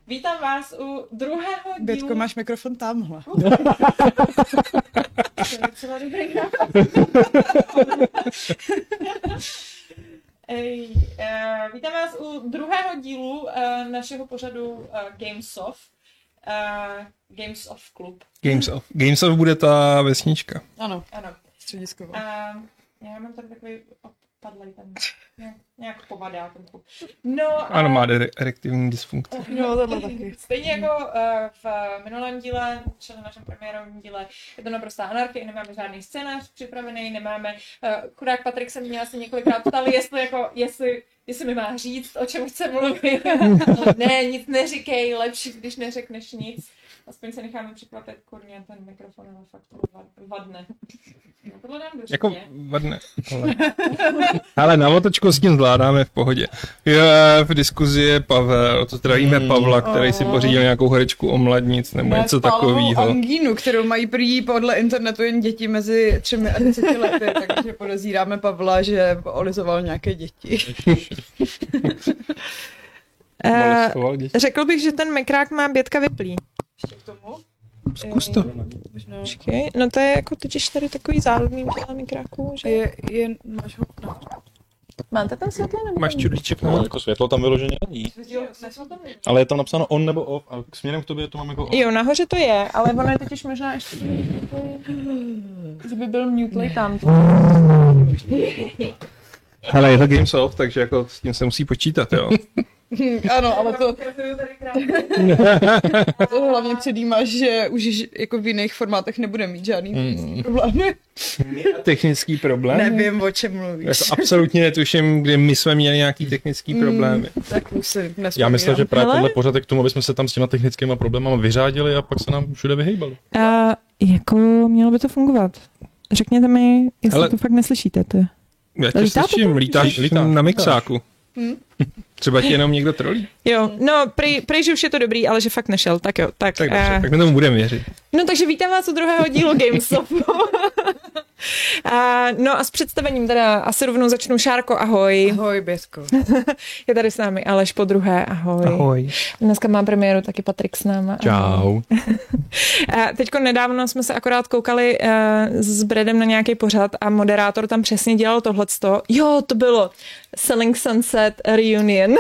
Vítám vás u druhého dílu. Bětko, máš mikrofon tamhle. To je docela dobrý nápad. Vítám vás u druhého dílu našeho pořadu Games of Club. Games of bude ta vesnička. Ano, Ano. středisková. Já mám tady takový opadlej tam. Nějak povadá trochu. No, Ano, má erektivní dysfunkci. No, tohle taky. Stejně jako v minulém díle, třeba na našem premiérovém díle, je to naprostá anarchie, nemáme žádný scénář připravený, nemáme, chudák Patrik se mě asi několikrát ptal, jestli mi má říct, o čem chce mluvit. Ne, nic neříkej, lepší, když neřekneš nic. Aspoň se necháme překvapit, kurně, ten mikrofon, ale fakt to vadne. No, tohle dám do Jako řitě. vadne. Ale na otočku s tím zvládáme v pohodě. V diskuzi je Pavel, to zdravíme Pavla, který si pořídil nějakou horečku omladnic nebo něco takového. Angínu, kterou mají prý podle internetu jen děti mezi 3 a 10 lety, takže podezíráme Pavla, že olizoval nějaké děti. Molestoval děti. Řekl bych, že ten mikrák má Bětka vyplý. Ještě k tomu? Zkus to. Možná. Počkej, no to je jako totiž tady takový záludný mikráků, že... Máš ho, no. Máte tam světlo nebo? Máš čudlíček No, na jako světlo tam vyloženě není. Ale je tam napsáno on nebo off a směrem k tobě to mám jako off. Jo, nahoře to je, ale ono je totiž možná ještě... že by byl mutlej tam. Hele, je to Games of, takže jako s tím se musí počítat, jo. Ano, ale to hlavně předjímáš, že už jako v jiných formátech nebude mít žádný problémy. Technický problém? Nevím, o čem mluvíš. Jako absolutně netuším, kde my jsme měli nějaký technický problémy. Tak už si nespomínám. Já myslím, že právě Hele. tohle pořad je k tomu, aby jsme se tam s těma technickými problémama vyřádili a pak se nám všude vyhejbali. Jako mělo by to fungovat. Řekněte mi, jestli Ale- to fakt neslyšíte. Já tě Lítáte slyším, tam? lítáš na mixáku. Třeba tě jenom někdo trolí. Jo, no, prej, že už je to dobrý, ale že fakt nešel, tak jo. Tak Tak my tomu budeme věřit. No takže vítám vás u druhého dílu Gamesofu. No a s představením teda asi rovnou začnu. Šárko, ahoj. Ahoj, Bětko. Je tady s námi Aleš po druhé, ahoj. Ahoj. Dneska má premiéru taky Patrik s náma. Čau. Teďko nedávno jsme se akorát koukali s Bredem na nějaký pořad a moderátor tam přesně dělal tohleto. Jo, to bylo Selling Sunset Reunion.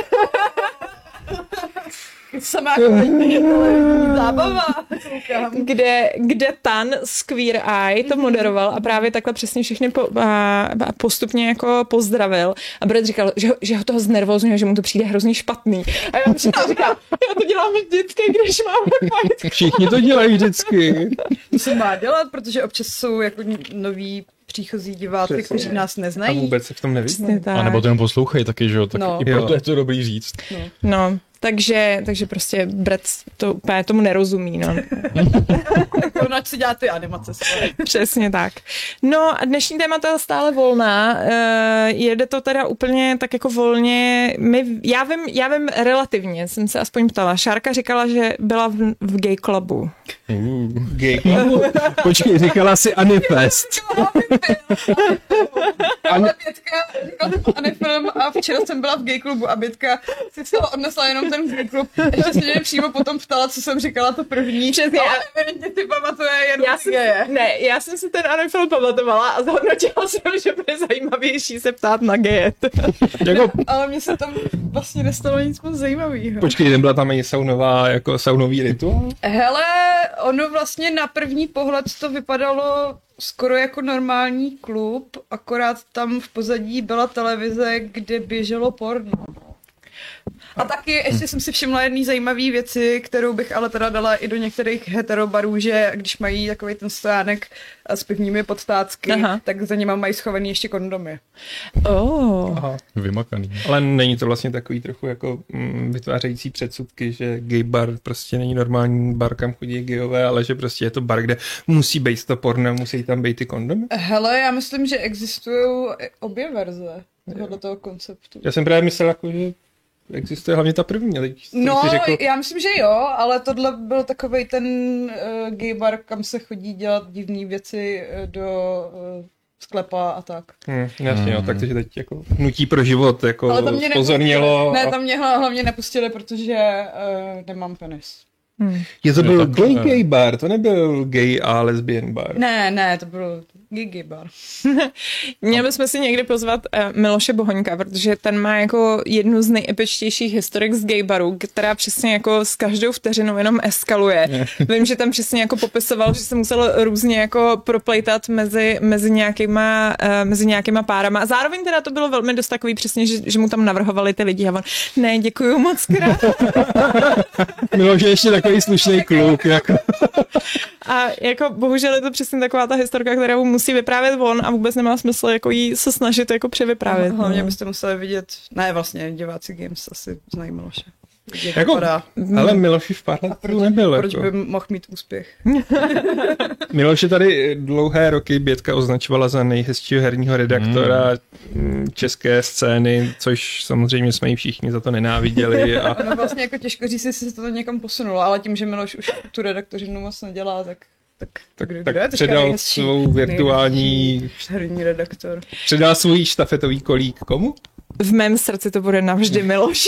Sama jako zábava. kde Tan z Queer Eye to moderoval a právě takhle přesně všechny postupně jako pozdravil. A Brad říkal, že ho toho znervózňuje, že mu to přijde hrozně špatný. A já říkám, já to dělám vždycky, když mám fajt. Všichni to dělají vždycky. To se má dělat, protože občas jsou jako noví příchozí diváci, Přesně. kteří nás A neznají. vůbec se v tom nevidí. Přesně tak. A nebo to jen poslouchají taky, že jo? Tak No. i proto Jo. je to dobrý říct. No, takže prostě Brad to úplně tomu nerozumí, no. Onač si dělá ty animace. Přesně tak. No a dnešní témata je stále volná. Jede to teda úplně tak jako volně. Já vím relativně, jsem se aspoň ptala. Šárka říkala, že byla v gay clubu. Gay clubu? Počkej, říkala si Anifest. Ale Bětka říkala to Anifilm a včera jsem byla v gay klubu a Bětka si celou odnesla jenom ten gay klub. Ještě se mě přímo potom ptala, co jsem říkala to první. Přesně. Ale evidentně ty pamatuje jenom geje. Já jsem si ten Anifil pamatovala a zhodnotila jsem, že bude zajímavější se ptát na geje. Jako, Ale mně se tam vlastně nestalo nic moc zajímavého. počkej, nebyla tam ani saunový rituál? Hele, ono vlastně na první pohled to vypadalo skoro jako normální klub, akorát tam v pozadí byla televize, kde běželo porno. A taky ještě jsem si všimla jedný zajímavý věci, kterou bych ale teda dala i do některých heterobarů, že když mají takový ten stojánek s pivními podstácky, Aha. tak za nima mají schovaný ještě kondomy. Oh. Aha. Vymakaný. Ale není to vlastně takový trochu jako vytvářející předsudky, že gay bar prostě není normální bar, kam chodí gayové, ale že prostě je to bar, kde musí být to porno, musí tam být ty kondomy? Hele, já myslím, že existují obě verze tohoto konceptu. Já jsem právě myslel, jako, že existuje hlavně ta první. Ale No, jsi řekl, já myslím, že jo, ale tohle byl takovej ten gay bar, kam se chodí dělat divné věci do sklepa a tak. Jasně, no, takže teď jako nutí pro život jako Ale to mě pozornělo. Ne, tam mě hlavně nepustili, protože nemám penis. Je to byl takhle. gay bar, to nebyl gay a lesbian bar. Ne, to byl gay bar. Měli bychom si někdy pozvat Miloše Bohoňka, protože ten má jako jednu z nejepičtějších historik z gay baru, která přesně jako s každou vteřinou jenom eskaluje. Vím, že tam přesně jako popisoval, že se musel různě jako proplejtat mezi nějakýma párama. A zároveň teda to bylo velmi dost takový přesně, že mu tam navrhovali ty lidi a on, ne, děkuju moc krát. Miloš je ještě takový slušný kluk, jako. A jako bohužel je to přesně taková ta historka, kterou musí vyprávět on a vůbec nemá smysl jako jí se snažit jako převyprávět. Hlavně byste museli vidět, ne vlastně, diváci Games asi znají Miloše. Jako, ale Miloš už pár let tu nebyl. Proč jako. by mohl mít úspěch? Miloš je tady dlouhé roky Bětka označovala za nejhezčího herního redaktora české scény, což samozřejmě jsme ji všichni za to nenáviděli. A... Ono vlastně jako těžko říct, jestli se to někam posunulo, ale tím, že Miloš už tu redaktořinu moc nedělá, tak předal svou virtuální... herní redaktor. Předal svůj štafetový kolík komu? V mém srdci to bude navždy Miloš.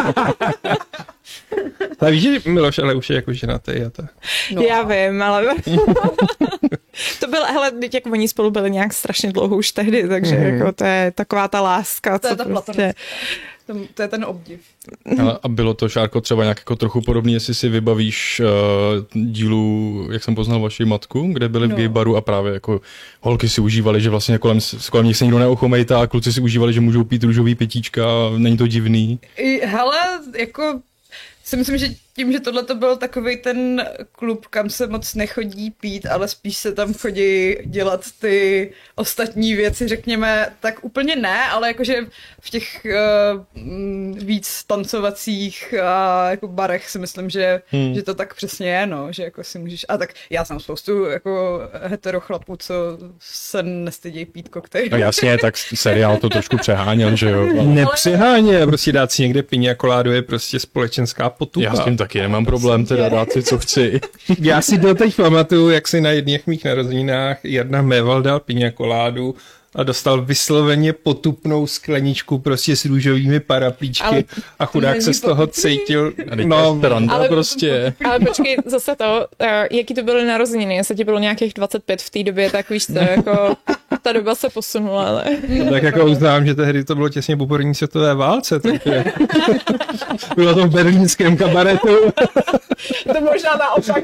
Ale víš, že Miloš ale už je jako ženatý a tak. No. Já vím, ale to bylo, hele, jak oni spolu byli nějak strašně dlouho už tehdy, takže jako to je taková ta láska. To je ta prostě... platonická. To je ten obdiv. Ale a bylo to, Šárko, třeba nějak jako trochu podobný, jestli si vybavíš dílu, jak jsem poznal vaši matku, kde byli v gay baru a právě jako holky si užívali, že vlastně kolem nich se nikdo neochomejtá a kluci si užívali, že můžou pít růžový pitíčka a není to divný. Hele, jako si myslím, že tím, že tohle to byl takovej ten klub, kam se moc nechodí pít, ale spíš se tam chodí dělat ty ostatní věci, řekněme, tak úplně ne, ale jakože v těch víc tancovacích jako barech si myslím, že to tak přesně je, no, že jako si můžeš, a tak já znám spoustu jako hetero chlapů, co se nestydí pít koktejl. No jasně, tak seriál to trošku přeháněl, že jo. Ale... Nepřeháně, prostě dát si někde piňa koládu je prostě společenská potupa. Já s tím taky nemám problém, teda dát si, co chci. Já si doteď pamatuju, jak si na jedných mých narozeninách Jarda Méval dal piňa koládu a dostal vysloveně potupnou skleničku prostě s růžovými paraplíčky a chudák se z toho cítil. No, ale prostě. Ale počkej, zase to, jaký to byly narozeniny, jestli ti bylo nějakých 25 v té době, tak víš co, jako ta doba se posunula, ale... Tak jako uznám, že tehdy to bylo těsně po první světové válce, takže bylo to v berlínském kabaretu. To možná naopak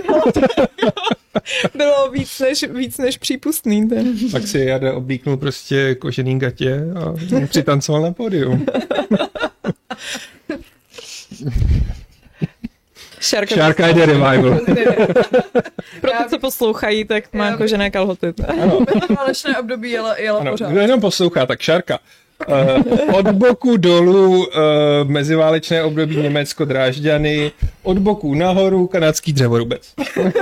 bylo víc než přípustný. Ten. Pak si Jarda oblíknul prostě kožený gatě a přitancoval na pódium. Šárka jde revival. Pro ty, co poslouchají, tak má kožené kalhoty. Válečné období jela pořád. Kdo jenom poslouchá, tak Šárka. Od boku dolů meziválečné období Německo Drážďany, od boku nahoru kanadský dřevorubec.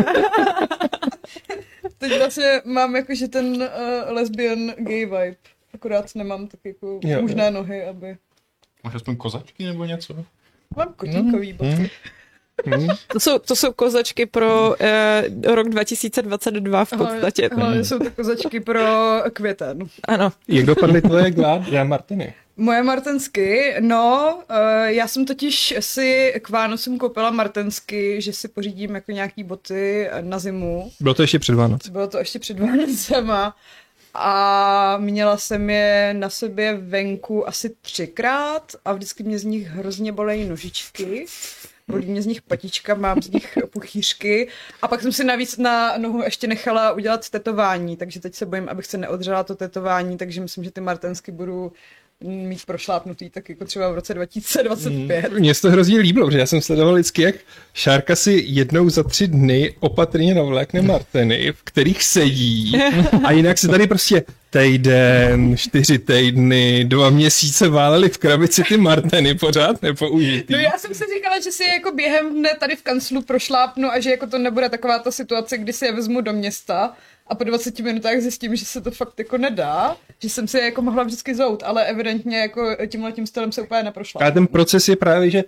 Teď vlastně mám jakože ten lesbian gay vibe, akorát nemám tak jako možné nohy, aby... Máš aspoň kozačky nebo něco? Mám kotínkový boty. To jsou kozačky pro rok 2022 v podstatě. Hlavně jsou to kozačky pro květen. Ano. Jak dopadly tvoje gládě Martiny? Moje martensky, no, já jsem totiž si k Vánocům koupila martensky, že si pořídím jako nějaký boty na zimu. Bylo to ještě před Vánoci. Bylo to ještě před Vánocema a měla jsem je na sobě venku asi 3krát a vždycky mě z nich hrozně bolejí nožičky. Bolí mě z nich patička, mám z nich puchýřky a pak jsem si navíc na nohu ještě nechala udělat tetování, takže teď se bojím, abych se neodřela to tetování, takže myslím, že ty martensky budu mít prošlápnutý tak jako třeba v roce 2025. Mně se to hrozně líbilo, protože já jsem sledoval vždycky, jak Šárka si jednou za 3 dny opatrně navlékne marteny, v kterých sedí a jinak se tady prostě týden, 4 týdny, 2 měsíce válely v krabici ty marteny pořád nepoužitý. No já jsem si říkala, že si je jako během dne tady v kanclu prošlápnu a že jako to nebude taková ta situace, kdy si je vezmu do města a po 20 minutách zjistím, že se to fakt jako nedá, že jsem si je jako mohla vždycky zout, ale evidentně jako tímhletím stylem se úplně neprošla. Ale ten proces je právě, že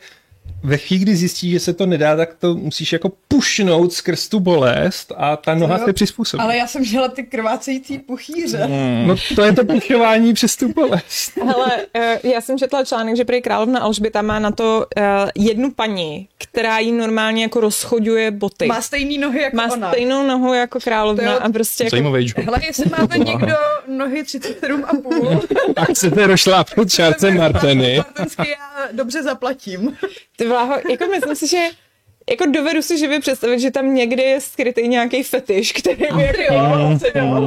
ve chvíli, kdy zjistíš, že se to nedá, tak to musíš jako pušnout skrz tu bolest a ta noha se přizpůsobí. Ale já jsem měla ty krvácející puchýře. No to je to pušování přes tu bolest. Hele, já jsem četla článek, že prý královna Alžběta má na to jednu paní, která jí normálně jako rozchoďuje boty. Má stejný nohy jako Má ona. stejnou nohu jako královna To je a prostě jako... Zajímavý job. Hele, jestli máte někdo nohy 37,5, A chcete rošlápnout šárce Marteny. Martensky já dobře zaplatím. Ty vláho, jako myslím si, že jako dovedu si živě představit, že tam někde je skrytý nějaký fetiš, který by jako ale...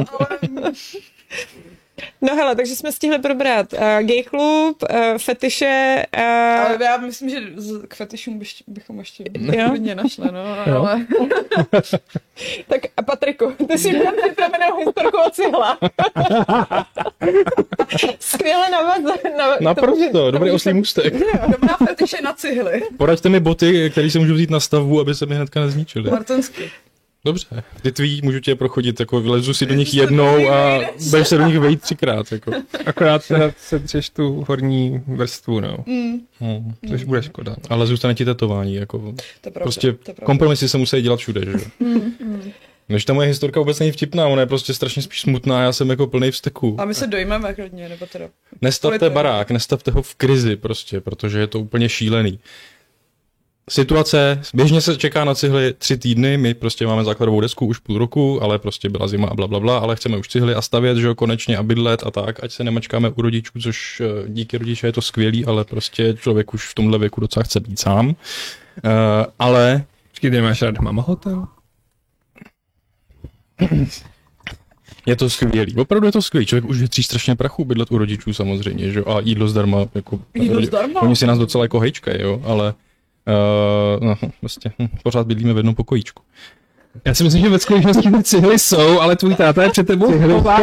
No hele, takže jsme stihli probrat gay klub, fetiše, Ale já myslím, že k fetišům bychom ještě Jo? hodně našli, no, Jo. ale... tak a Patriku, ty jsi měl připravenou historku o cihlách. Skvěle Naprosto, dobrý oslý můstek. Dobrá fetiše na cihly. Poraďte mi boty, které se můžu vzít na stavbu, aby se mi hnedka nezničily. Martensky. Dobře, ty tvý můžu tě prochodit, jako vylezu si do nich jednou a budeš se do nich vejít 3krát, jako. Akorát teda se třeš tu horní vrstvu, no. Což bude škoda. Ale zůstane ti tetování, jako. To je pravda, Prostě to je pravda. kompromisy se musí dělat všude, že jo. Než ta moje historka vůbec není vtipná, ona je prostě strašně spíš smutná, já jsem jako plný vzteků. A my se dojmeme klidně, nebo teda... Nestavte barák, nestavte ho v krizi prostě, protože je to úplně šílený. Situace, běžně se čeká na cihly 3 týdny, my prostě máme základovou desku už půl roku, ale prostě byla zima a blablabla, ale chceme už cihly a stavět, že jo, konečně a bydlet a tak, ať se nemačkáme u rodičů, což díky rodiče je to skvělý, ale prostě člověk už v tomhle věku docela chce být sám. Ale... Počkej, ty máš rád Mama Hotel? Je to skvělý, opravdu je to skvělý. Člověk už větří strašně prachu bydlet u rodičů samozřejmě, že jo, a jídlo zdarma, jako... Jídlo zdarma? Oni si nás docela jako hejčkají, jo, ale... no, vlastně, pořád bydlíme v jednom pokojíčku. Já si myslím, že ve skutečnosti ty cihly jsou, ale tvůj táta je před tebou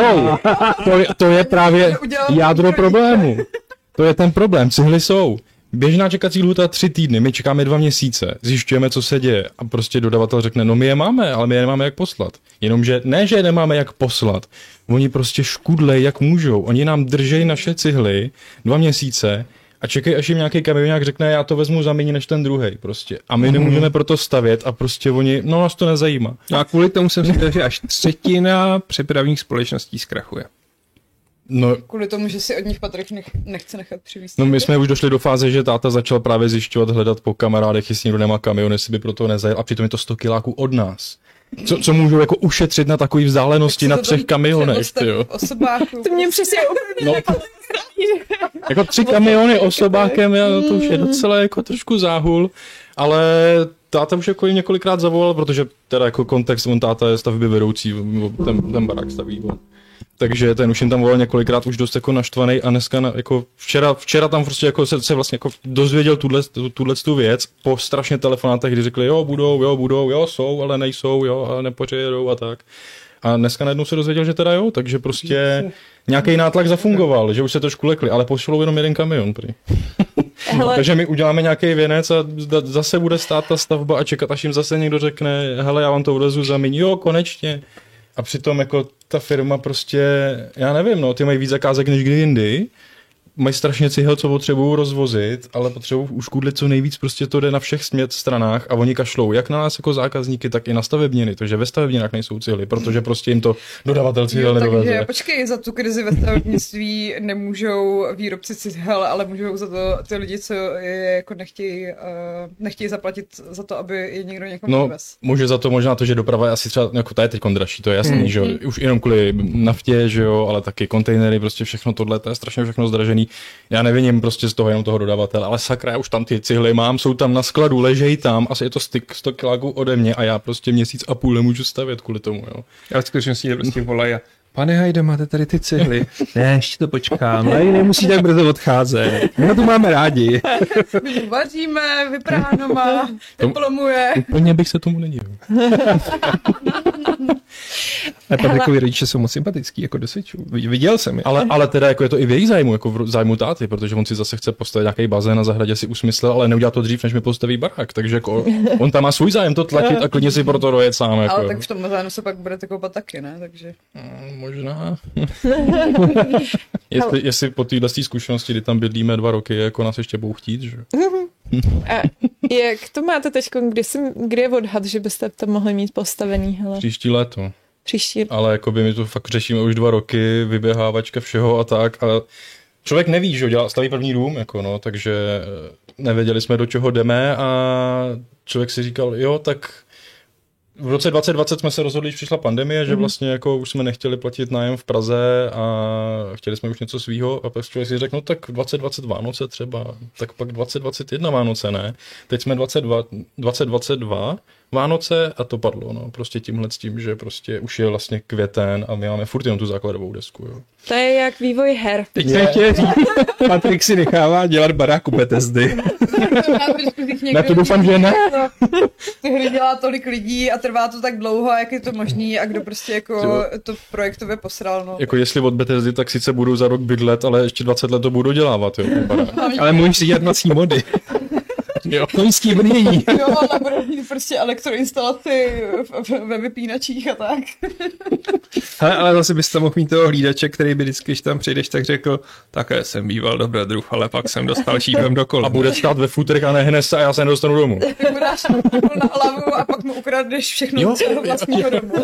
To je právě jádro problému. To je ten problém, cihly jsou. Běžná čekací lhůta 3 týdny, my čekáme 2 měsíce, zjišťujeme, co se děje a prostě dodavatel řekne, no my je máme, ale my je nemáme jak poslat. Jenomže ne, že je nemáme jak poslat, oni prostě škudlej, jak můžou. Oni nám držej naše cihly 2 měsíce a čekají, až jim nějaký kamionák řekne, já to vezmu za méně než ten druhej prostě. A my nemůžeme proto stavět a prostě oni, no nás to nezajímá. No a kvůli tomu jsem si říkal, že až 1/3 přepravních společností zkrachuje. No, Kvůli tomu, že si od nich Patrik nechce nechat přivízt. no my jsme už došli do fáze, že táta začal právě zjišťovat, hledat po kamarádech, jestli někdo nemá kamion, jestli by proto nezajel a přitom je to 100 kiláků od nás. Co můžou jako ušetřit na takové vzdálenosti na 3 kamionech, jo. Osobáků. To mě přesně No, jako 3 kamiony osobákem, to už je docela jako trošku záhul, ale táta už jako jim několikrát zavolal, protože teda jako kontext, on táta je stavby vedoucí, ten barák staví on. Takže ten už jim tam volal několikrát, už dost jako naštvaný a dneska jako včera tam prostě jako se vlastně jako dozvěděl tu věc po strašně telefonátech, kdy řekli jo budou, jo jsou, ale nejsou, jo ale nepřijedou a tak. A dneska najednou se dozvěděl, že teda jo, takže prostě nějaký nátlak zafungoval, že už se trošku lekli, ale pošlou jenom 1 kamion prý. Hele. Takže my uděláme nějaký věnec a zase bude stát ta stavba a čekat, až jim zase někdo řekne, hele, já vám to odvezu za míň, jo, konečně. A přitom jako ta firma prostě, já nevím, no, ty mají víc zakázek než kdy jindy, mají strašně cihel, co potřebují rozvozit, ale potřebují uškudlit co nejvíc, prostě to jde na všech stranách a oni kašlou jak na nás jako zákazníky, tak i na stavebniny, takže ve stavebninách nejsou cihly, protože prostě jim to dodavatel cihel nedoveze. Takže počkej, za tu krizi ve stavebnictví nemůžou výrobci cihel, ale můžou za to ty lidi, co je jako nechtějí zaplatit za to, aby je někdo někomu No, dovez. může za to možná to, že doprava je asi třeba, jako ta je teď dražší, to je jasný, že jo, už jenom kvůli naftě, že jo, ale taky kontejnery, prostě všechno tohle, to je strašně všechno zdražený. Já neviním prostě z toho jenom toho dodavatele, ale sakra, já už tam ty cihly mám, jsou tam na skladu, ležejí tam, asi je to 100 kiláků ode mě a já prostě 1,5 měsíce nemůžu stavět kvůli tomu, jo. Ale v skutečnosti prostě volají a pane Hajde, máte tady ty cihly. Ne, ještě to počkám, ale nemusí tak brzo odcházet. My to máme rádi. My vaříme, vypráno má, teplomuje. Úplně bych se tomu nedivil. A Patrikovi rodiče jsou moc sympatický, jako dosvědčuju. Viděl jsem je. Ale teda jako je to i v jejich zájmu, jako v zájmu táty, protože on si zase chce postavit nějaký bazén na zahradě, si usmyslel, ale neudělá to dřív, než mi postaví barák, takže jako on tam má svůj zájem to tlačit a klidně si proto dojet sám. Jako. Ale tak v tom bazénu se pak budete koupat taky, ne? Takže... Možná. jestli po téhle zkušenosti, kdy tam bydlíme 2 roky, jako nás ještě budou chtít, že? A jak to máte teď, kdy je odhad, že byste to mohli mít postavený? Hele? Příští léto. Příští. Ale jako by my to fakt řešíme už 2 roky, vyběhávačka všeho a tak. A člověk neví, že staví první dům, jako no, takže nevěděli jsme, do čeho jdeme a člověk si říkal, jo, tak v roce 2020 jsme se rozhodli, že přišla pandemie, že vlastně jako už jsme nechtěli platit nájem v Praze a chtěli jsme už něco svýho a pak člověk si řekl, no tak 2020 Vánoce třeba, tak pak 2021 Vánoce ne. Teď jsme 2022 Vánoce a to padlo, no, prostě tímhle s tím, že prostě už je vlastně květen a my máme furt jenom tu základovou desku, jo. To je jak vývoj her. Teď jsem chtěl říct, Patrik si nechává dělat baráku Bethesdy. Na to doufám, že ne. Ty hry dělá tolik lidí a trvá to tak dlouho, jak je to možný a kdo prostě jako to projektově posral, no. Jako jestli od Bethesdy, tak sice budu za rok bydlet, ale ještě 20 let to budu dodělávat, jo. Ale můžeš si dělat nocí mody. Jo, koňský brnění. Jo, ale budou mít prostě elektroinstalaci ve vypínačích a tak. Hele, ale zase bys tam mohl mít toho hlídače, který by vždycky, když tam přijdeš, tak řekl, také jsem býval dobrodruh, ale pak jsem dostal šípem do kolem. A bude stát ve futrech a nehne se a já se nedostanu domů. Ty mu dáš na hlavu a pak mu ukradneš všechno z jeho vlastního domu.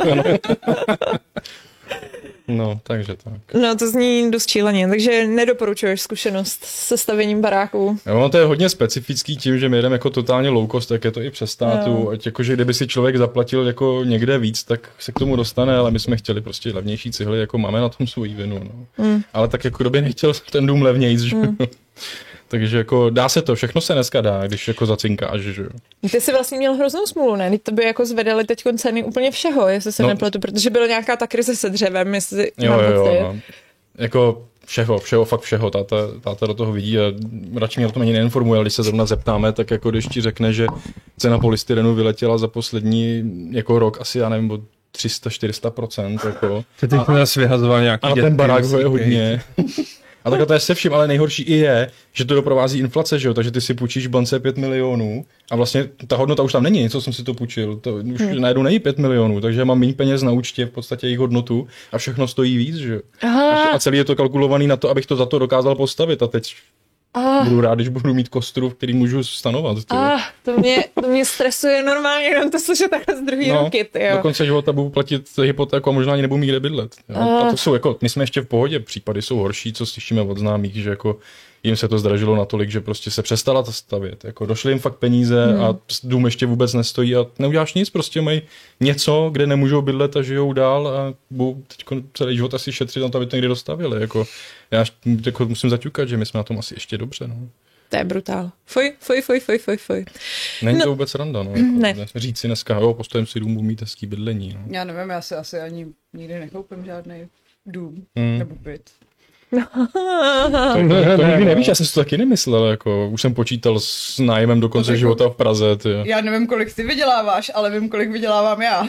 No, takže tak. No, to zní dost šíleně, takže nedoporučuješ zkušenost se stavěním baráků. Jo, to je hodně specifický tím, že my jdeme jako totálně low cost, tak je to i přes státu. No. Ať jakože kdyby si člověk zaplatil jako někde víc, tak se k tomu dostane, ale my jsme chtěli prostě levnější cihly, jako máme na tom svou vinu. No. Ale tak jako kdo by nechtěl ten dům levnějc, že jo. Takže jako dá se to, všechno se dneska dá, když jako zacinkáš, že jo. Ty jsi vlastně měl hroznou smůlu, ne? Teď to by jako zvedali teď ceny úplně všeho, jestli se nepletu, protože byla nějaká ta krize se dřevem, jestli jo, no. Jako všeho, fakt všeho, táta do toho vidí a radši mě o tom ani neinformuje, ale když se zrovna zeptáme, tak jako když ti řekne, že cena polystyrenu vyletěla za poslední jako rok asi, já nevím, 300-400%, jako. Teď jsme vyhazoval nějaký a ten barák je hodně. A takhle to je se vším, ale nejhorší i je, že to doprovází inflace, že jo, takže ty si půjčíš v bance 5 milionů a vlastně ta hodnota už tam není, něco jsem si to půjčil, to už najednou není 5 milionů, takže mám méně peněz na účtě, v podstatě jejich hodnotu a všechno stojí víc, že jo. A celý je to kalkulovaný na to, abych to za to dokázal postavit a teď budu rád, když budu mít kostru, který můžu stanovat. To mě stresuje normálně, jenom to slyšet takhle z druhé ruky, tyjo. Do konce života budu platit hypotéku a možná ani nebudu mít kde bydlet. A to jsou jako, my jsme ještě v pohodě, případy jsou horší, co slyšíme od známých, že jako jim se to zdražilo natolik, že prostě se přestala to stavět. Jako došly jim fakt peníze a dům ještě vůbec nestojí a neuděláš nic, prostě mají něco, kde nemůžou bydlet a žijou dál a budou teď celý život asi šetřit na to, aby to někdy dostavili. Jako, já jako musím zaťukat, že my jsme na tom asi ještě dobře. No. To je brutál. Fuj. Není to vůbec randa, no. Jako, ne. Říct si dneska, jo, postavím si dům, budu mít hezký bydlení. No. Já nevím, já si asi ani nikdy nekoupím žádný dům nebo byt. To nikdy nevíš, já jsem si to taky nemyslel, jako už jsem počítal s nájemem do konce života v Praze. Já nevím, kolik ty vyděláváš, ale vím, kolik vydělávám já.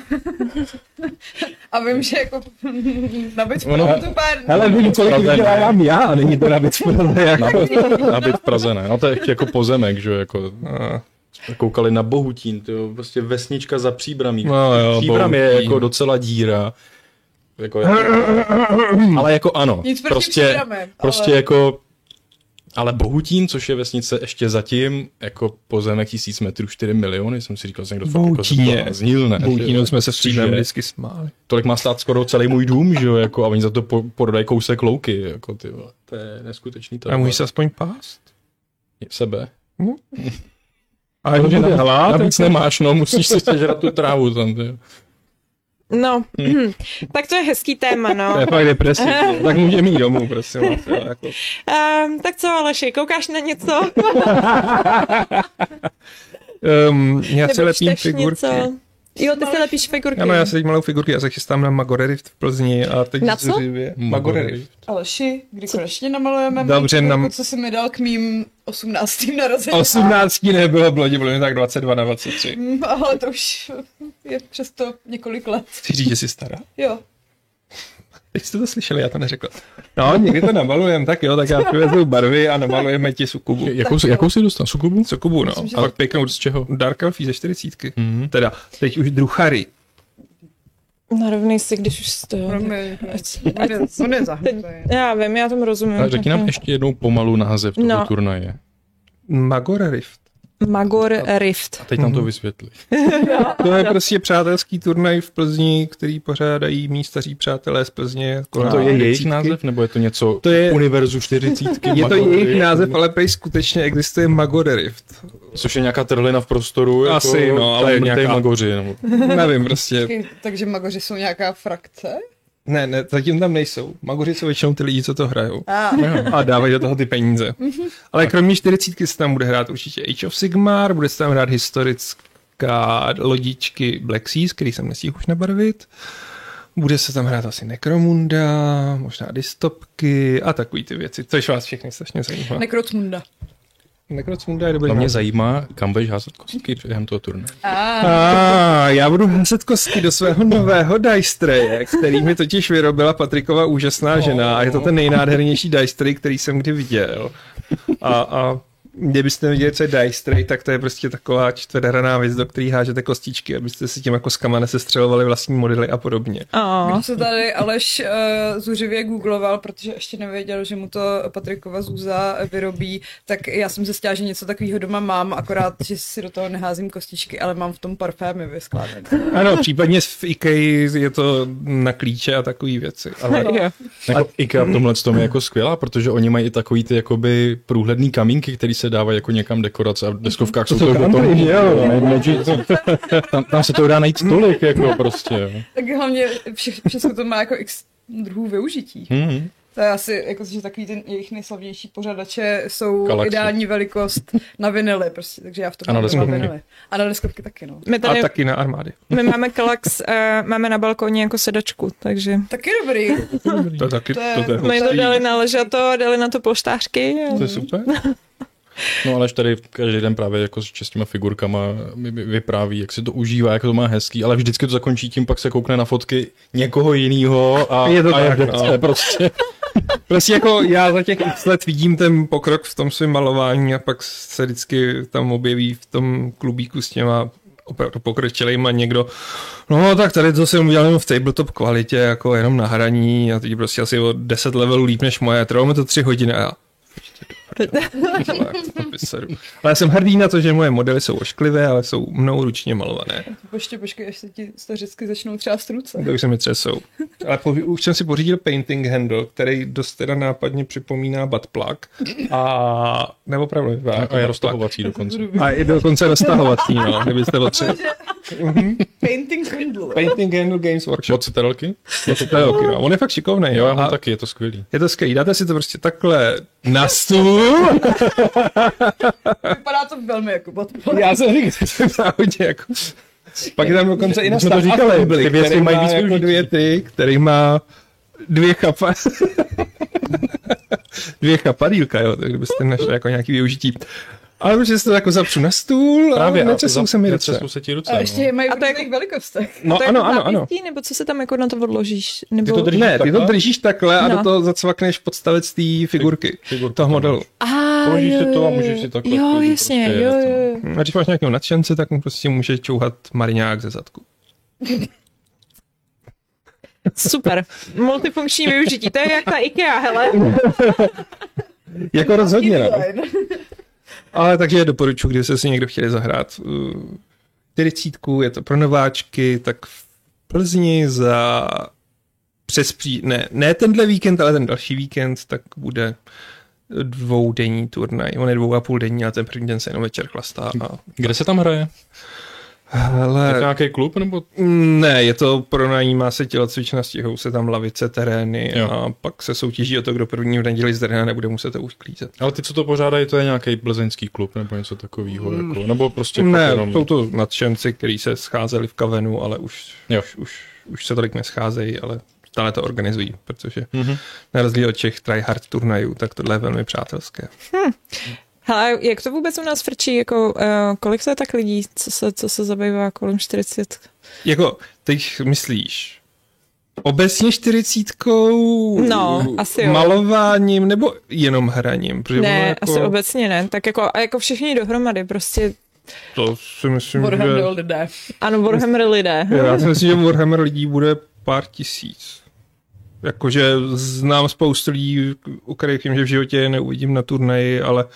A vím, že jako na byt v Praze to pár... Hele, vím, kolik vydělávám já, a není to na byt v Praze. Jako. Na byt v Praze ne, no to je jako pozemek, že jako... Koukali na Bohutín, tyjo, prostě vesnička za Příbramí. Příbram je jako docela díra. Jako, ale jako ano, nic prostě jako, ale Bohutín, což je vesnice ještě zatím, jako pozemek 1000 metrů, 4 miliony, jsem si říkal, že někdo fakt jako znil, ne? Bohutínu jsme se v Příbram vždycky smáli. Tolik má stát skoro celý můj dům, že jo, jako, a oni za to prodají kousek louky, jako ty, to je neskutečný. A můžeš se aspoň pást? Sebe. A navíc nemáš, no, musíš si sežrat tu trávu tam, ty. No, tak to je hezký téma, no. To je fakt depresivní, tak může mít domů, prosím vás. Jako. Tak co, Aleši, koukáš na něco? Já si lepím figurky. Něco? Jo, ty si lepíš figurky. Ano, já si teď malou figurky, já se chystám na Magorerift v Plzni a teď na co? Magorerift. Aleši, kdy konečně namalujeme dobře, co jsi mi dal k mým 18. narozeninám. 18 nebylo, bylo mi tak 22 na 23. Ale to už je přesto několik let. Chci říct, že jsi stará? Jo. Teď jste to slyšeli, já to neřekl. No, někdy to namalujem, tak jo, tak já přivezu barvy a namalujeme ti sukubu. Jakou jsi dostal? Sukubu? Sukubu, no. Myslím, a pak pěknou z čeho? Dark Elfí ze 40. Teda, teď už druchary. Narovnej si, když už to... On je zahnutý. Já vím, já tomu rozumím. Řekni nám ještě jednou pomalu název toho turnaje. Magorerift. Magor Rift. A teď tam to vysvětli. To je prostě přátelský turnaj v Plzni, který pořádají mý staří přátelé z Plzně. To je jejich název, nebo je to něco To je- Univerzu 40? Je to jejich název, ale prej skutečně existuje Magor Rift. Což je nějaká trhlina v prostoru. Asi, jako, no, ale tam mrtej nějaká- magoři. Nebo... Nevím prostě. Takže magoři jsou nějaká frakce? Ne, zatím tam nejsou. Magoři jsou většinou ty lidi, co to hrajou. Ah. A dávají do toho ty peníze. Ale kromě 40 se tam bude hrát určitě Age of Sigmar, bude se tam hrát historická lodičky Black Seas, který jsem nestihl už nabarvit. Bude se tam hrát asi Necromunda, možná dystopky a takový ty věci, což vás všechny strašně zajímá. Nekrocmunda. Necromunda je dobrý. To mě název. zajímá, kam budeš házet kostky během toho turnaje. Já budu házet kostky do svého nového dice traye, který mi totiž vyrobila Patrikova úžasná žena a je to ten nejnádhernější dice tray, který jsem kdy viděl. A kdybyste viděli, co je dice tray, tak to je prostě taková čtverhraná věc, do který hážete kostičky, abyste si tím jako s kama nesestřelovali vlastní modely a podobně. Co tady Aleš zuřivě googloval, protože ještě nevěděl, že mu to Patrikova Zúza vyrobí, tak já jsem zjistila, že něco takového doma mám, akorát, že si do toho neházím kostičky, ale mám v tom parfémy vyskládané. Ano, případně v IKEA je to na klíče a takové věci. Ale Jako IKEA v tomhle tom je jako skvělá, protože oni mají i takový ty jakoby průhledný kamínky, který se dávají jako někam dekorace a v deskovkách jsou to už do toho. Tam se to dá najít tolik, jako prostě. Tak hlavně všechno to má jako x druhů využití. To je asi, jako, že takový ten jejich nejslavnější pořadače jsou Galaxy. ideální velikost na vinily, prostě, takže já v tom A na mám deskovky. vinily. A na deskovky taky, no. My a tady taky na armády. my máme Kallax, máme na balkoně jako sedačku, takže Taky dobrý. To je taky, To je- to je my to hustý. dali na ležato, dali na to polštářky. To je super. No ale tady každý den právě jako s těma figurkama vypráví, jak si to užívá, jak to má hezký, ale vždycky to zakončí tím, pak se koukne na fotky někoho jiného a Je to a tak, je no. prostě. Prostě jako já za těch x let vidím ten pokrok v tom svém malování a pak se vždycky tam objeví v tom klubíku s těma opravdu pokročilejma někdo, no tak tady to jsem udělal jenom v tabletop kvalitě, jako jenom na hraní a teď prostě asi o 10 levelů líp než moje, trvalo mi to 3 hodiny a já. Ale já jsem hrdý na to, že moje modely jsou ošklivé, ale jsou mnou ručně malované. Počkej, až se ti stařicky začnou třást ruce. To už se mi třesou. Ale už jsem si pořídil painting handle, který dost teda nápadně připomíná buttplug. A nebo opravdu vypadá jako A je buttplug. roztahovací dokonce. A je dokonce roztahovací, no, kdybyste potřebovali. Painting handle. Painting handle Games Workshop. Od Citerelky? To je okay, no. On je fakt šikovnej. Jo, já a mám taky, je to skvělý. je to skvělý. Dáte si to prostě takhle na stůl. Vypadá to velmi jako botplug. Já jsem říkal, že jsem záhodně jako... Pak je tam dokonce i na jsme to říkali, assembly, ty věci který mají má víc jako využití. dvě ty, který má dvě chapadílka, jo, tak kdybyste našli jako nějaký využití. Ale protože se to jako zapřu na stůl Právě, a netřesou se mi ruce. netřesou se ti ruce. A ještě je mají v A to je- různých velikostech. No to je ano, jako ano, ano. zápěstí, nebo co se tam jako na to odložíš? Nebo... Ty to držíš Ne, ty to takhle? držíš takhle a No. do toho zacvakneš podstavec té figurky, Figurku toho tam modelu. máš. Položíš si to a můžeš si takhle Jo, klidně jasně, prostě jo, jet, jo. A když máš nějakého nadšence, tak mu prostě může čouhat mariňák ze zadku. Super. Multifunkční využití. To je jak ta IKEA, hele. Jako rozhodně, no. Design. Ale takže doporučuji, když se si někdo chtěli zahrát 40, je to pro nováčky, tak v Plzni za ne tenhle víkend, ale ten další víkend, tak bude 2denní turnaj. On je 2,5 denní, a ten první den se jenom večer chlastá. A... Kde se tam hraje? Je to Hele, nějaký klub, nebo ne, je to pronajímá se tělocvična, stihou se tam lavice, terény Jo. a pak se soutěží o to, kdo první v neděli z teréna nebude muset to uklízet. ale ty, co to pořádají, to je nějaký plzeňský klub, nebo něco takového, jako, nebo prostě Ne, fakt jenom... jsou to nadšenci, kteří se scházeli v Kavenu, ale Jo. už se tolik nescházejí, ale stále to organizují, protože Mhm. na rozdíl od těch tryhard turnajů, tak tohle je velmi přátelské. Hele, jak to vůbec u nás frčí? Jako, kolik to je tak lidí, co se zabývá kolem 40? Jako, teď myslíš, obecně 40, No, asi jo. malováním nebo jenom hraním? Protože ono Ne, jako, asi obecně ne. Tak jako, a jako všichni dohromady, prostě, To si myslím, Warhammer že... lidé. ano, Warhammer lidé. Já si myslím, že Warhammer lidí bude pár tisíc. Jakože znám spoustu lidí, u kterých vím, že v životě je neuvidím na turnaji, ale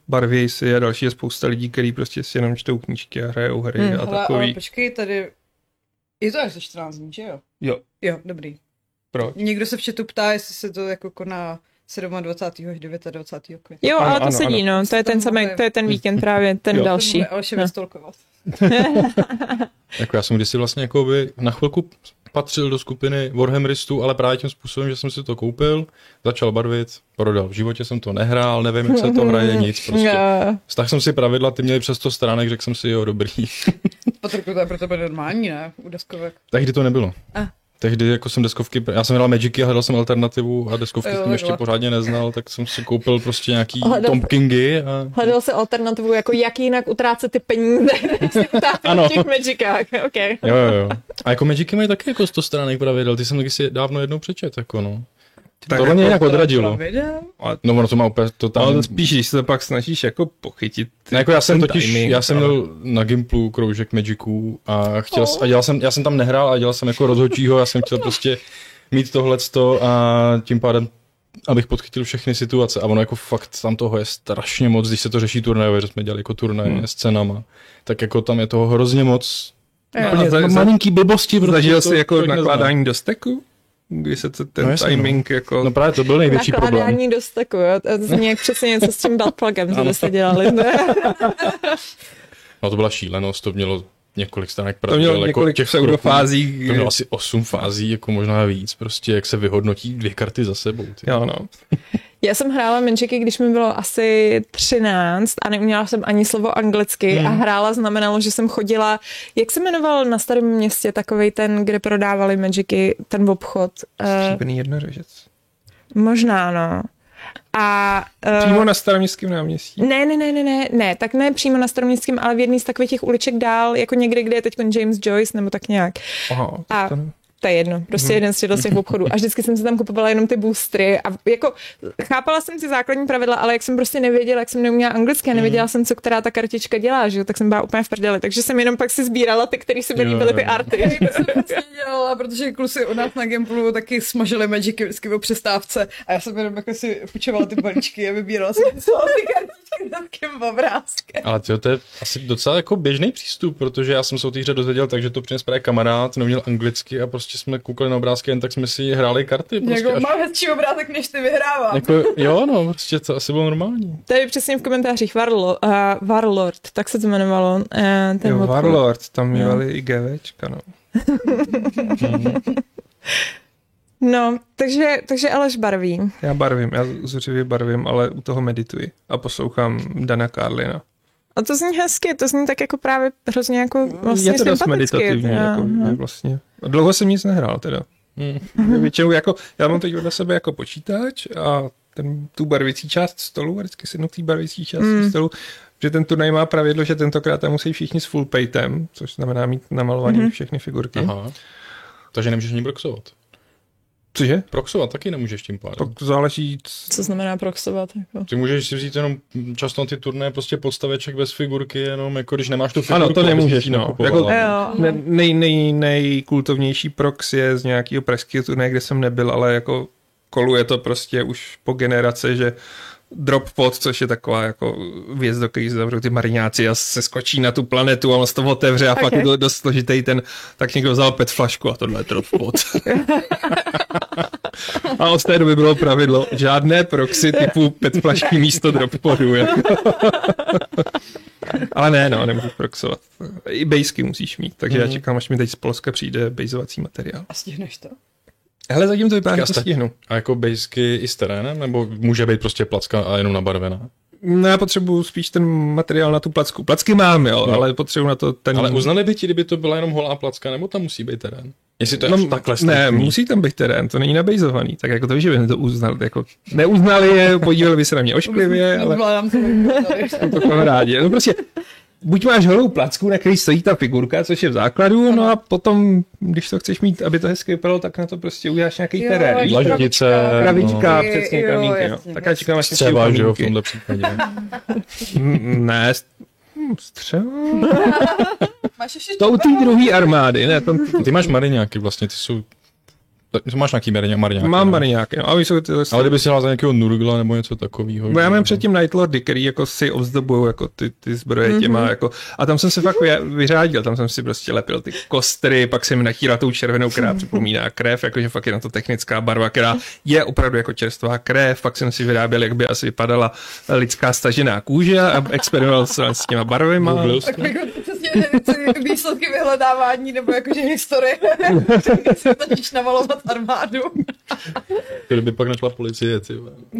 Barvěj si a další je spousta lidí, kteří prostě si jenom čtou knížky a hrajou hry a Ale takový. počkej, tady... Je to až za 14 dní, že jo? Jo. Jo, dobrý. Proč? Někdo se v chatu ptá, jestli se to jako koná 27. až 29. května. Jo, Ano, ale to ano, sedí, ano. no, to je ten samý, to je ten víkend právě, ten Jo. další. To Aleše vystolkovat. Jako já jsem kdysi vlastně jako by na chvilku patřil do skupiny Warhammeristů, ale právě tím způsobem, že jsem si to koupil, začal barvit, prodal. V životě jsem to nehrál, nevím, jak se to hraje, nic prostě. Vztah jsem si pravidla, ty měli přes 100 stránek, řekl jsem si, jo, dobrý. Patriku, to je pro tebe normální, ne? U deskovek. Tehdy to nebylo. Ah. Tehdy jako jsem deskovky, já jsem hrál Magicy a hledal jsem alternativu a deskovky Jo, jsem ještě takhle. pořádně neznal, tak jsem si koupil prostě nějaký Hledal- Tomb Kingy a... Hledal se alternativu, jako jak jinak utrácet ty peníze, než si utrácet Ano. v těch Magicách, okay. Jo. A jako Magicy mají taky jako 100 stránek pravidel, ty jsem taky si dávno jednou přečet, jako no. Tak Tohle mě nějak odradilo. Ale No ono to má úplně ale totálně... to spíš, když se to pak snažíš jako pochytit. No, jako já jsem ten totiž, timing, já jsem ale- měl na Gimplu kroužek Magiců a chtěl, a já jsem tam nehrál a dělal jsem jako rozhodčího, já jsem chtěl prostě mít tohleto a tím pádem, abych podchytil všechny situace a ono jako fakt tam toho je strašně moc, když se to řeší turnajové, že jsme dělali jako turnaje s cenama, tak jako tam je toho hrozně moc. No, Úplně a za- malinký blbosti. Prostě Zažil to jsi jako člověk nezná. nakládání do steku? Kdy se ten No jasně, timing jako... No právě to byl největší problém. Nakládání do steku, jo, to zní jak přesně něco s tím buttplugem, co byste dělali. No to byla šílenost, to mělo několik stránek To pravidel. mělo několik těch pseudofází. kroků. To mělo asi 8 fází, jako možná víc, prostě jak se vyhodnotí 2 karty za sebou. Ty. Jo, no. Já jsem hrála Magicy, když mi bylo asi 13 a neuměla jsem ani slovo anglicky a hrála znamenalo, že jsem chodila, jak se jmenoval na Starém Městě takovej ten, kde prodávali Magicy, ten obchod. Stříbrný jednorožec. Možná, no. A Přímo na Staroměstském náměstí. ne, tak ne přímo na Staroměstském, ale v jedné z takových těch uliček dál, jako někde, kde je teď James Joyce, nebo tak nějak. Aha, A to ne. to je jedno, prostě jeden z těch obchodů. A vždycky jsem si tam kupovala jenom ty boostry a jako chápala jsem ty základní pravidla, ale jak jsem prostě nevěděla, jak jsem neuměla anglicky a nevěděla jsem, co která ta kartička dělá, že jo, tak jsem byla úplně v prdeli. Takže jsem jenom pak si sbírala ty, který se mi líbily, ty arty. Dělala, protože kluci u nás na Gimplu taky smažili Magicy vždycky o přestávce a já jsem jenom jako si půjčovala ty balíčky a vybírala jsem co ty kartičky s takým obrázkem. Ale to je asi docela jako běžný přístup, protože já jsem se o té hře dozvěděl, takže to přines právě kamarád, neuměl anglicky a prostě jsme koukali na obrázky, jen tak jsme si hráli karty. Prostě Jako, mám hezčí obrázek, než ty vyhrávám. jako, jo, no, prostě to asi bylo normální. Tady přesně v komentářích Warlord, tak se to jmenovalo. Ten Jo, obchod. Warlord, tam měli i GVčka, no. No, takže Aleš barví. Já barvím, já zuřivě barvím, ale u toho medituji a poslouchám Dana Carlina. A to zní hezky, to zní tak jako právě hrozně jako vlastně Je to dost sympaticky. meditativní, jako, vlastně. A dlouho jsem nic nehrál teda. Většinou jako, já mám teď vedle sebe jako počítač a tu barvicí část stolu, a vždycky sednu k té barvicí části stolu, že ten turnaj má pravidlo, že tentokrát tam musí všichni s full paintem, což znamená mít namalovaný všechny figurky. Aha. Takže nemůžeš ani proxovat. Cože? Proxovat taky nemůžeš tím pádem. To záleží, Co znamená proxovat? Jako? Ty můžeš si vzít jenom často na ty turné prostě podstaveček bez figurky, jenom jako když nemáš tu figurku. Ano, to abys nemůžeš, si no. nakupoval. Jo. nejkultovnější prox je z nějakého pražského turnaje, kde jsem nebyl, ale jako koluje to prostě už po generace, že drop pod, což je taková jako věc, do které se zavřou ty mariňáci a se skočí na tu planetu a on se to otevře a pak je to dost složitý tak někdo vzal PET flašku a tohle je drop pod. A od té doby bylo pravidlo, žádné proxy typu PET flašky místo drop podu. Jako. Ale ne, no, nemůžu proxovat. I bejsky musíš mít, takže já čekám, až mi teď z Polska přijde bejzovací materiál. A stihneš to? Hele, zatím to vypadá, že to Jasně. stihnu. A jako bejsky i s terénem, nebo může být prostě placka a jenom nabarvená? No, já potřebuju spíš ten materiál na tu placku. Placky mám, jo, ale potřebuju na to ten... Ale uznali by ti, kdyby to byla jenom holá placka, nebo tam musí být terén? Jestli to je až takhle ne, striktní. musí tam být terén, to není nabejzovaný. Tak jako to víš, že by to uznali. Jako, neuznali je, podívali by se na mě ošklivě, ale Zvládám to. to kamarádi. No prostě, buď máš holou placku, na který stojí ta figurka, což je v základu, no a potom, když to chceš mít, aby to hezky vypadalo, tak na to prostě uděláš nějaký Jo, terén. víš? Dlaždice, Kravička, no. přesně Jo, kamínky, jo. jasně, Tak já čekám, až střeva, že jo, v kamínky. tomhle případě. Ne, střeva? Máš ještě To u té druhé armády, ne, tam Ty máš mariňáky vlastně, ty jsou máš nějaký marňáky. Mám ne? marňáky, no. A jsou ty, Ale kdyby si hlásal za nějakého Nurgla nebo něco takového. Bo já mám předtím Nightlordy, který jako si ozdobují jako ty zbroje těma, jako, a tam jsem se fakt vyřádil, tam jsem si prostě lepil ty kostry, pak jsem natíral tou červenou, která připomíná krev, jakože fakt je na to technická barva, která je opravdu jako čerstvá krev, pak jsem si vyráběl, jak by asi vypadala lidská stažená kůže a experimoval jsem s těma barvima. Tak jako přesně výsledky vyhledávání nebo jakože historie. Začíš namalovat armádu. To by pak našla policie, ty.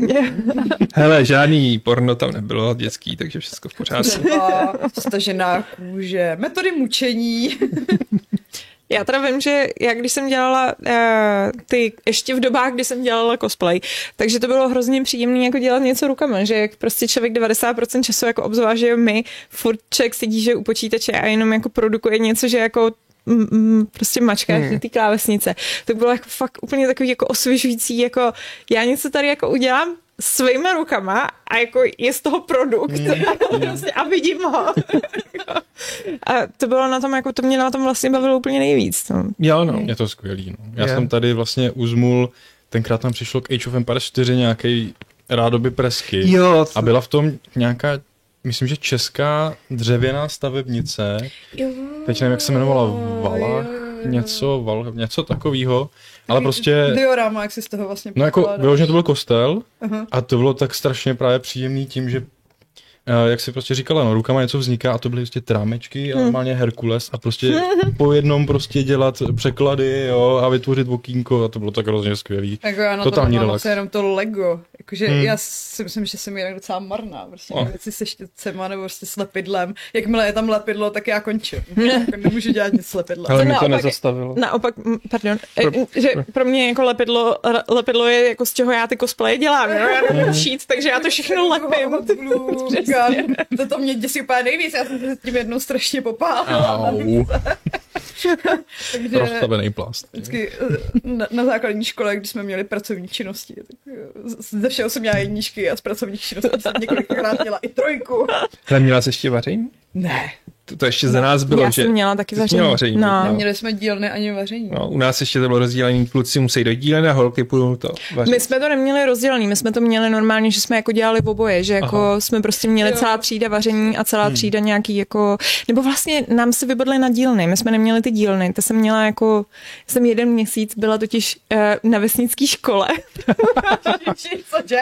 Hele, žádný porno tam nebylo dětský, takže všechno v pořádku. Stažená kůže, metody mučení. Já teda vím, že já když jsem dělala ještě v dobách, kdy jsem dělala cosplay, takže to bylo hrozně příjemné jako dělat něco rukama, že jak prostě člověk 90% času jako obzvlášť, že my furt člověk sedí, že u počítače a jenom jako produkuje něco, že jako prostě mačka ty klávesnice. To bylo jako fakt úplně takový jako osvěžující, jako já něco tady jako udělám svýma rukama a jako je z toho produkt a vidím ho. A to bylo na tom, jako to mě na tom vlastně bavilo úplně nejvíc. No. Jo, no. Je to skvělý, no. Já jsem tady vlastně uzmul, tenkrát tam přišlo k Age of Empires 4 nějaký rádoby presky. Jo. A byla v tom nějaká, myslím, že česká dřevěná stavebnice. Teď nevím, jak se jmenovala, Valach, něco takového. Ale prostě... Diorama, jak si z toho vlastně no jako vyloženě to byl kostel a to bylo tak strašně právě příjemný tím, že jak si prostě říkala, no, rukama něco vzniká a to byly prostě trámečky a normálně Herkules a prostě po jednom prostě dělat překlady, jo, a vytvořit okýnko a to bylo tak hrozně skvělý. Jako já na totální to mám relax. vlastně jenom to Lego, jakože já si myslím, že jsem jinak docela marná, prostě věci se štětcema nebo prostě s lepidlem. Jakmile je tam lepidlo, tak já končím. Jako nemůžu dělat nic s lepidlem. Ale mi to naopak- nezastavilo. Naopak, pardon, že pro mě jako lepidlo je jako z čeho já ty cosplaye dělám, jo? Já nemůžu šít, takže já to všechno lepím. To mě děsí úplně nejvíc, já jsem se tím jednou strašně popálila. Au, Takže rozstavený plast. vždycky na základní škole, když jsme měli pracovní činnosti, tak ze všeho jsem měla jedničky a z pracovních činností jsem několikrát měla i 3. Ale měla jsi ještě vaření? Ne. To ještě za nás bylo, Já že... jsem měla taky Ty jsi měla vaření, No. Neměli jsme dílny ani vaření. No, u nás ještě to bylo rozdělený, kluci musí do dílny a holky půjdou to vařit. My jsme to neměli rozdělený, my jsme to měli normálně, že jsme jako dělali oboje, že jako jsme prostě měli celá třída vaření a celá třída nějaký jako, nebo vlastně nám se vybodly na dílny, my jsme neměli ty dílny, to jsem měla jako, jsem 1 měsíc byla totiž na vesnické škole. Cože?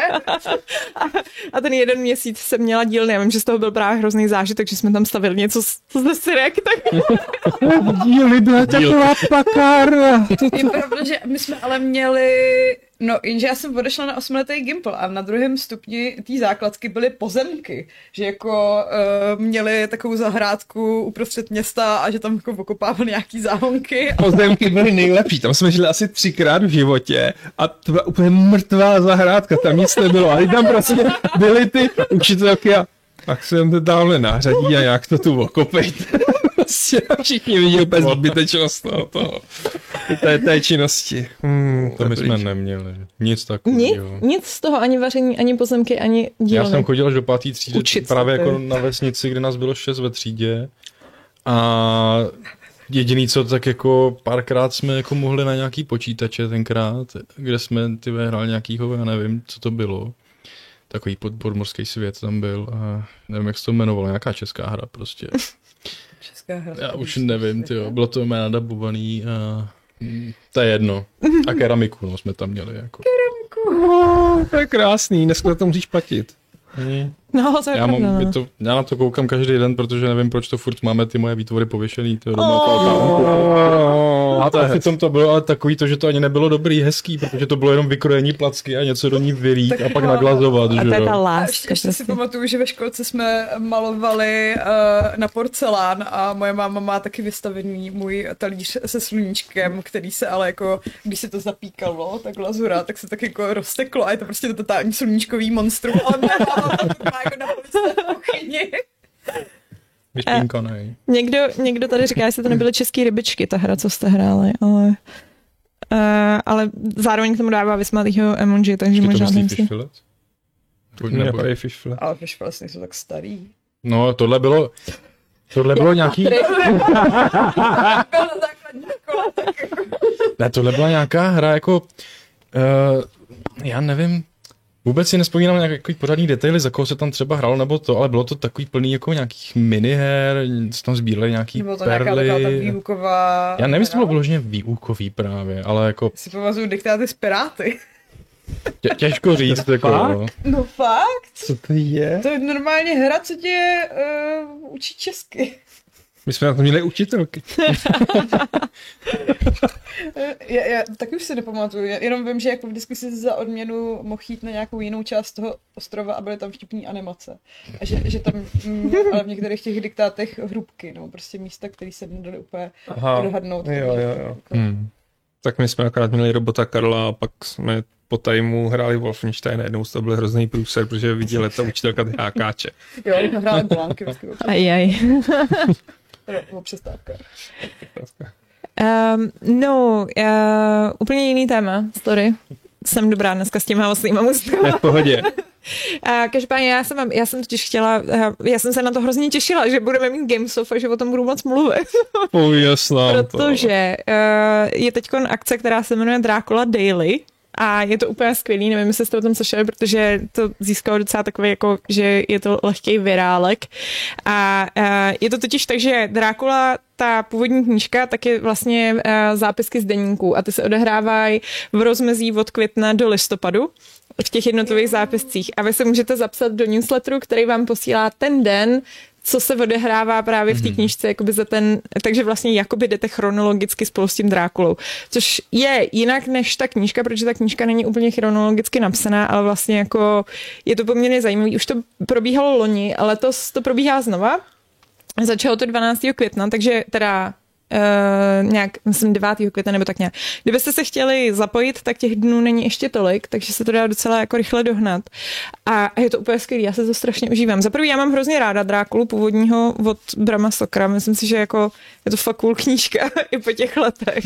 A ten 1 měsíc jsem měla dílny, já vím, že z toho byl právě hrozný zážitek, že jsme tam stavili něco ze syrek, tak Díly byla taková pakárna. Je pravda, že my jsme ale měli, no jenže já jsem odešla na 8letý Gimpl a na 2. stupni té základky byly pozemky, že jako měli takovou zahrádku uprostřed města a že tam jako okopávali nějaký záhonky. Pozemky byly nejlepší, tam jsme žili asi 3krát v životě a to byla úplně mrtvá zahrádka, tam nic nebylo a tam prostě byly ty učitelky a tak jsem to dále nářadí a jak to tu okopejte. Prostě všichni vidí úplně zbytečnost toho. Té činnosti. To my jsme neměli. Nic takového. nic z toho, ani vaření, ani pozemky, ani dílny. Já jsem chodil až do 5. třídy, Učit právě se, jako na vesnici, kde nás bylo 6 ve třídě. A jediný co, tak jako párkrát jsme jako mohli na nějaký počítače tenkrát, kde jsme hráli nějakýho, já nevím, co to bylo. Takový podmorský svět tam byl a nevím, jak se to jmenovalo, nějaká česká hra prostě. Česká hra. Já už nevím, tyjo, bylo to jméno dabovaný a to je jedno. A keramiku, no, jsme tam měli jako. To je krásný, dneska to musíš platit. No, to je Já, pravda, no. já na to koukám každý den, protože nevím, proč to furt máme ty moje výtvory pověšený. To je doma a to přitom to bylo ale takový to, že to ani nebylo dobrý, hezký, protože to bylo jenom vykrojení placky a něco do ní vylít a pak naglazovat. A že to je jo. ta A láska. ještě si pamatuju, že ve školce jsme malovali na porcelán a moje máma má taky vystavený můj talíř se sluníčkem, který se ale jako, když se to zapíkalo, ta glazura, tak se tak jako rozteklo a je to prostě to totální sluníčkový monstrum. A on má jako na kuchyni. Vyšpínkanej. Někdo tady říká, jestli to nebyly české rybičky, ta hra, co jste hráli, ale zároveň k tomu dává vysmátýho emoji, takže Ty to možná myslíš nemyslím. Fishfillet? Nebo je fishfle. Ale už vlastně jsou tak starý. No, tohle bylo nějaký... Byl na základní škole, tak jako... Ne, tohle byla nějaká hra jako, já nevím, vůbec si nespomínám nějaký pořádný detaily, za koho se tam třeba hralo nebo to, ale bylo to takový plný jako nějakých miniher, se tam sbírali nějaký Nebo to perly. nějaká ta výuková... Já nevím, jestli to bylo vyloženě výukový právě, ale jako Si pamatuju diktáty z Piráty. těžko říct. Jako, no. No fakt? Co to je? To je normálně hra, co tě učí česky. My jsme na to měli učitelky. Já taky už si nepamatuju, jenom vím, že jako vždycky si za odměnu mohl jít na nějakou jinou část toho ostrova a byly tam vtipný animace. A že tam ale v některých těch diktátech hrubky, no, prostě místa, které se nedali úplně odhadnout. Jo. Tak my jsme akorát měli robota Karla a pak jsme po tajmu hráli Wolfenstein a jednou to byl hrozný průser, protože viděli ta učitelka ty hákáče. Jo, jsme hráli Blanky. Ajaj. Nebo přestávka. Úplně jiný téma, story. Jsem dobrá dneska s těma oslýma můstkama. V pohodě. Každopádně já jsem totiž chtěla, já jsem se na to hrozně těšila, že budeme mít Gamesoft a že o tom budu moc mluvit. Pověs nám to. Protože je teďkon akce, která se jmenuje Dracula Daily. A je to úplně skvělý, nevím, jestli jste o tom slyšeli, protože to získalo docela takový, jako, že je to lehký virálek. A je to totiž tak, že Drácula, ta původní knížka, tak je vlastně zápisky z deníků a ty se odehrávají v rozmezí od května do listopadu v těch jednotlivých zápiscích. A vy se můžete zapsat do newsletteru, který vám posílá ten den, co se odehrává právě v té knížce, jakoby za ten, takže vlastně jakoby jdete chronologicky spolu s tím Drákulou. Což je jinak než ta knížka, protože ta knížka není úplně chronologicky napsaná, ale vlastně jako je to poměrně zajímavý. Už to probíhalo loni, ale to probíhá znova. Začalo to 12. května, takže teda nějak, myslím 9. května nebo tak nějak. Kdybyste se chtěli zapojit, tak těch dnů není ještě tolik, takže se to dá docela jako rychle dohnat. A je to úplně skvělý, já se to strašně užívám. Za prvý, já mám hrozně ráda Drákulu původního od Brama Stokera. Myslím si, že jako je to fakt cool knížka i po těch letech.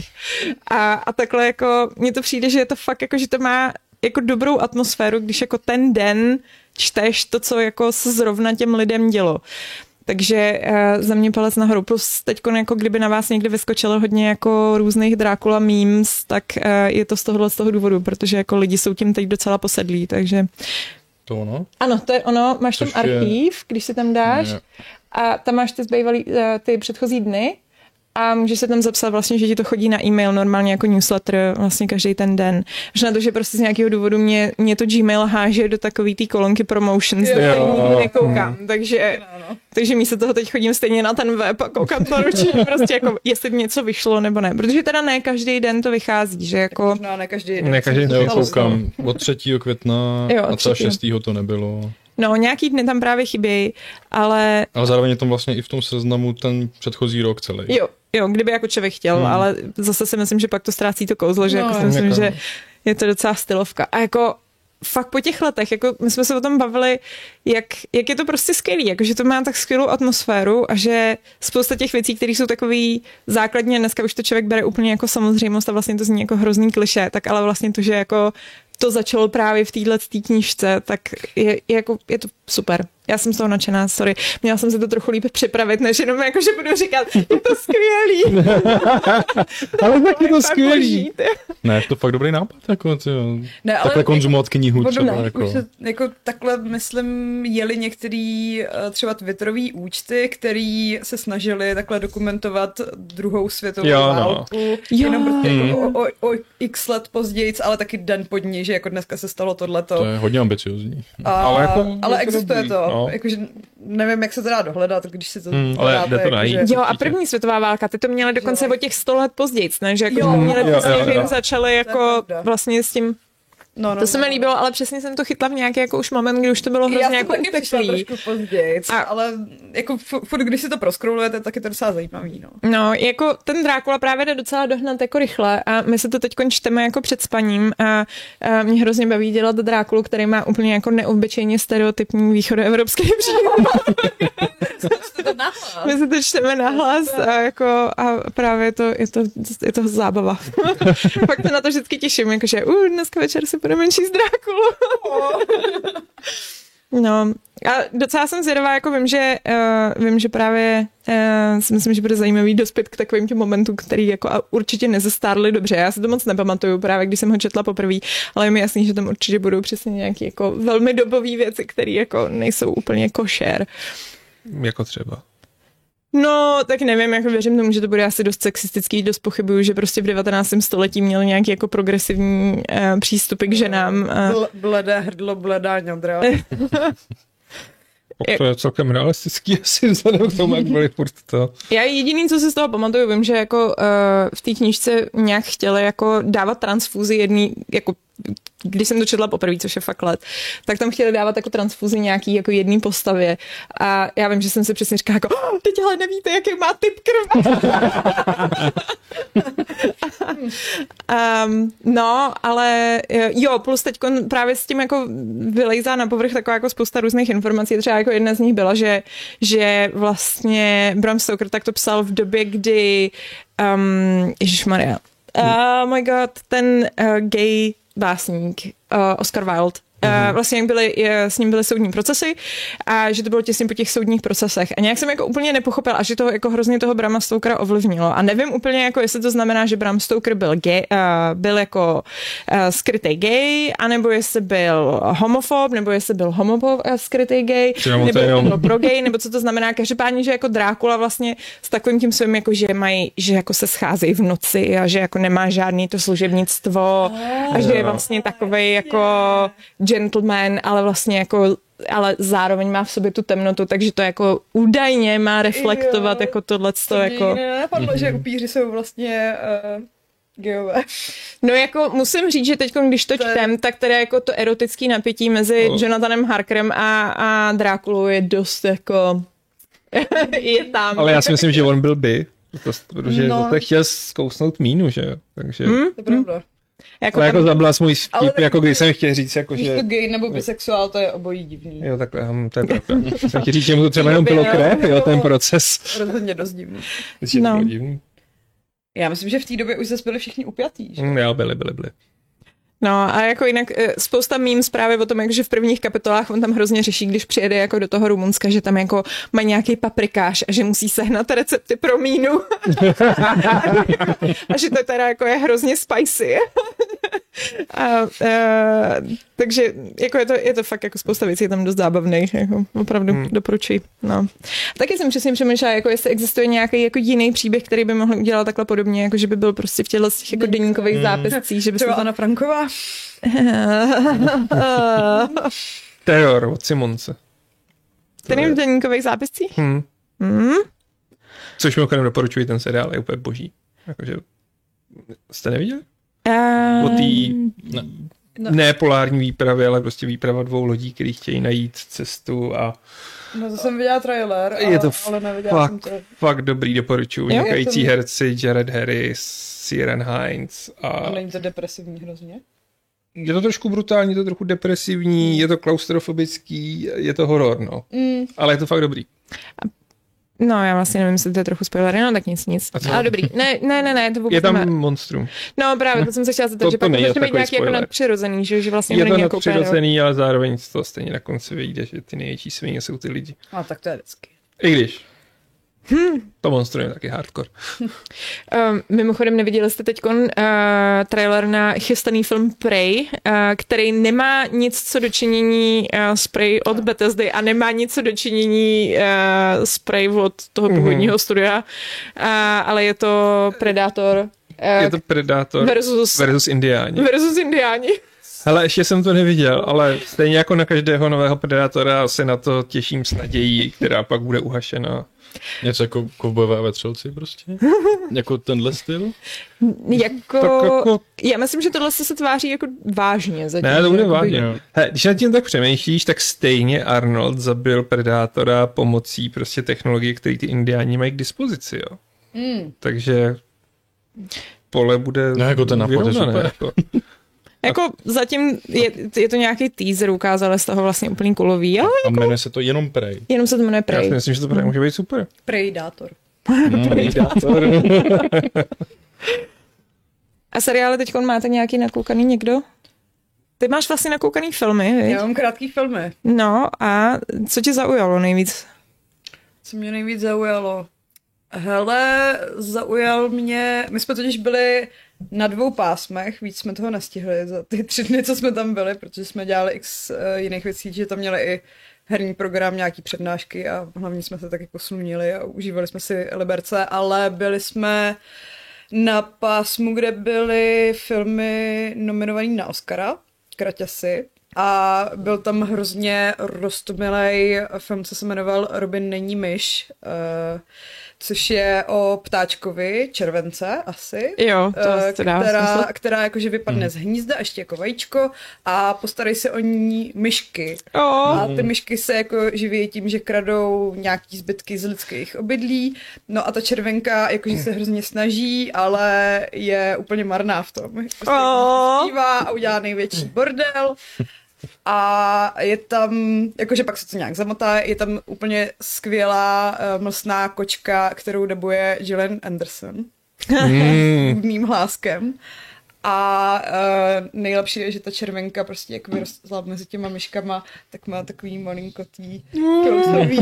A takhle jako mně to přijde, že je to fakt jako, že to má jako dobrou atmosféru, když jako ten den čteš to, co jako se zrovna těm lidem dělo. Takže za mě palec nahoru. Plus teďko, jako kdyby na vás někdy vyskočilo hodně jako různých Drákula memes, tak je to z toho důvodu, protože jako lidi jsou tím teď docela posedlí, takže... To ono? Ano, to je ono. Máš tam archív, když si tam dáš a tam máš ty zbývalý, ty předchozí dny a můžeš se tam zapsat vlastně, že ti to chodí na e-mail normálně jako newsletter vlastně každý ten den. Až na to, že prostě z nějakého důvodu mě to Gmail háže do takový té kolonky promotions, do které nikdy nekoukám. Takže místo toho teď chodím stejně na ten web a koukám to ručně prostě jako, jestli něco vyšlo nebo ne. Protože teda ne každý den to vychází, že jako... Možná ne každý den. Jo, koukám od 3. května a třeba 6. to nebylo. No, nějaký dny tam právě chybějí, ale... Ale zároveň je tam vlastně i v tom seznamu ten předchozí rok celý. Jo, kdyby jako člověk chtěl, ale zase si myslím, že pak to ztrácí to kouzlo, že jako si myslím, že je to docela stylovka. A jako fakt po těch letech, jako my jsme se o tom bavili, jak je to prostě skvělý, jako že to má tak skvělou atmosféru a že spousta těch věcí, které jsou takový základně, dneska už to člověk bere úplně jako samozřejmost a vlastně to zní jako hrozný klišé, tak ale vlastně to, že jako to začalo právě v této knížce, tak je to super. Já jsem z toho nadšená, sorry. Měla jsem se to trochu líp připravit, než jenom jako, že budu říkat, je to skvělý. Ale tak je to skvělý. Ne, to fakt dobrý nápad, jako takhle konzumovat knihu třeba. Jako takhle, myslím, jeli některý třeba twitterový účty, který se snažili takhle dokumentovat druhou světovou válku. Jenom prostě jako o x let později, ale taky den pod ní, že jako dneska se stalo tohleto. To je hodně ambiciozní. Ale existuje to. No. Jakože nevím, jak se to dá dohledat, když si to ale jde to najít. Jo, a první světová válka, ty to měli dokonce o těch 100 let později, ne? Že jako to měli později, že jim začali jako vlastně s tím... To se mi líbilo, ale přesně jsem to chytla v nějaký jako už moment, kdy už to bylo hrozně jako uteklý. Trošku později, ale jako furt, když si to proskrolujete, tak je to docela zajímavý. No, jako ten Drákula právě jde docela dohnat jako rychle a my se to teď čteme jako před spaním a mě hrozně baví dělat Drákulu, který má úplně jako neobyčejně stereotypní východoevropský příběh. My se to čteme nahlas a právě je to zábava. Fakt se na to vždycky těším, jakože dneska večer si budeme číst Drákulu. No, a docela jsem zvědavá, jako vím, že právě si myslím, že bude zajímavý dospět k takovým těm momentům, který jako určitě nezastárly dobře. Já si to moc nepamatuju právě, když jsem ho četla poprvé, ale je mi jasný, že tam určitě budou přesně nějaké jako velmi dobové věci, které jako nejsou úplně košer. Jako třeba. No, tak nevím, jako věřím tomu, že to bude asi dost sexistický, dost pochybuju, že prostě v 19. století měli nějaký jako progresivní přístupy k ženám. Bledé hrdlo, bledá ňadra. To je celkem realistický asi vzhledem k tomu, jak byli furt to. Já jediný, co si z toho pamatuju, vím, že jako v té knížce nějak chtěli jako dávat transfúzi jedný, jako když jsem to četla poprvé, což je fakt let, tak tam chtěli dávat jako transfuzi nějaký jako jedný postavě. A já vím, že jsem si přesně říkala jako, teď ale nevíte, jaký má typ krve. No, ale jo, plus teď právě s tím jako vylejzá na povrch taková jako spousta různých informací. Třeba jako jedna z nich byla, že vlastně Bram Stoker tak to psal v době, kdy ježišmarja, oh my god, ten gay básník Oscar Wilde. Vlastně s ním byly soudní procesy a že to bylo těsně po těch soudních procesech. A nějak jsem jako úplně nepochopila, a že to jako hrozně toho Brama Stokera ovlivnilo. A nevím úplně, jako jestli to znamená, že Bram Stoker byl jako skrytý gay, anebo jestli byl homofob, nebo jestli byl homofob a skrytý gay, nebo byl pro gay, nebo co to znamená. Každopádně, že jako Drákula vlastně s takovým tím svým, jako že jako se scházejí v noci a že jako nemá žádný to služebnictvo a že je vlastně takovej jako gentleman, ale vlastně jako, ale zároveň má v sobě tu temnotu, takže to jako údajně má reflektovat jako tohleto jako... Nenapadlo, že upíři jsou vlastně geové. No jako musím říct, že teď, když to čtem, tak teda jako to erotický napětí mezi Jonathanem Harkerem a Drákulou je dost jako... je tam. Ale já si myslím, že on byl by, protože to chtěl zkousnout mínu, že jo, takže... To je pravda. Jako zablas můj vtip, jako když jsem chtěl říct, jako, že... to gay nebo bisexuál, to je obojí divný. Jo, takhle, to je pravda. Jsem chtěl říct, že mu to třeba jenom bylo krev, jo, ten proces. Rozhodně dost divný. Myslím, že to bylo divný. Já myslím, že v té době už zase byli všichni upjatý, že? Jo, byli. No a jako jinak spousta memes právě o tom, že v prvních kapitolách on tam hrozně řeší, když přijede jako do toho Rumunska, že tam jako má nějaký paprikáš a že musí sehnat recepty pro mínu. A že to teda jako je hrozně spicy. Takže jako je to fakt jako spousta věcí, je tam dost zábavných, jako opravdu doporučuji. No. Taky jsem přesně přemýšlela, jako jestli existuje nějaký jako jiný příběh, který by mohl udělat takhle podobně, jako že by byl prostě v těchto těch jako deníkových zápiscích, že by třeba Anna Franková. Teror od Simonce. Ten je v deníkových zápiscích? Což mimochodem doporučuji, ten seriál je úplně boží. Jakože, jste neviděli? O té ne polární výpravě, ale prostě výprava 2 lodí, který chtějí najít cestu a... No to jsem viděla trailer, je to ale neviděla jsem to. Fakt dobrý, doporučuji. Vynikající herci, Jared Harris, Ciarán Hinds a... Není to depresivní hrozně? Je to trošku brutální, je to trochu depresivní, je to klaustrofobický, je to horor, no. Ale je to fakt dobrý. No, já vlastně nevím, jestli to je trochu spoiler, no tak nic. Ale dobrý. Ne, to vůbec je tam monstrum. No právě, to jsem se chtěla zeptat, že pak začne být nějaký jako nadpřirozený, že vlastně je to jako nadpřirozený, ale zároveň to stejně na konci vyjde, že ty největší svině jsou ty lidi. A tak to je vždycky. I když. To monstrum je taky hardcore. Mimochodem neviděli jste teď trailer na chystaný film Prey, který nemá nic co dočinění s Prey od Bethesdy a nemá nic co dočinění s Prey od toho původního studia, ale je to Predator. Je to Predator versus Indiáni. Versus Indiáni. Hele, ještě jsem to neviděl, ale stejně jako na každého nového Predátora se na to těším s nadějí, která pak bude uhašena. Něco jako kovbojové vetřelci prostě? Jako tenhle styl? Já myslím, že tohle se tváří jako vážně. Zatím, ne, to bude vážně. Když nad tím tak přemýšlíš, tak stejně Arnold zabil Predátora pomocí prostě technologie, které ty Indiáni mají k dispozici, jo. Takže pole bude jako ten nápad je super. Jako. Jako zatím je to nějaký teaser, ukázali z toho vlastně úplný kulový, ale a jmenuje se to jenom Prey. Jenom se to jmenuje Prey. Já si myslím, že to Prey může být super. Predátor. Predátor. A seriály teďkon máte nějaký nakoukaný někdo? ty máš vlastně nakoukaný filmy, viď? Já mám krátký filmy. No a co tě zaujalo nejvíc? Co mě nejvíc zaujalo? Hele, zaujal mě, my jsme totiž byli na 2 pásmech, víc jsme toho nestihli za ty 3 dny, co jsme tam byli, protože jsme dělali x jiných věcí, že tam měli i herní program, nějaký přednášky a hlavně jsme se taky posunuli a užívali jsme si Liberce, ale byli jsme na pásmu, kde byly filmy nominované na Oscara, Kraťasy, a byl tam hrozně roztomilej film, co se jmenoval Robin není myš, což je o ptáčkovi, července asi, Jo, to dá smysl. která jakože vypadne z hnízda, ještě jako vajíčko a postarají se o ní myšky. A ty myšky se jako živí tím, že kradou nějaký zbytky z lidských obydlí, no a ta červenka jakože se hrozně snaží, ale je úplně marná v tom. Prostě a udělá největší bordel. A je tam, jakože pak se to nějak zamotá, je tam úplně skvělá mlsná kočka, kterou dabuje Gillian Anderson. Mým hláskem. A nejlepší je, že ta červenka prostě jak vyrostla mezi těma myškama, tak má takový malinkotý klousový.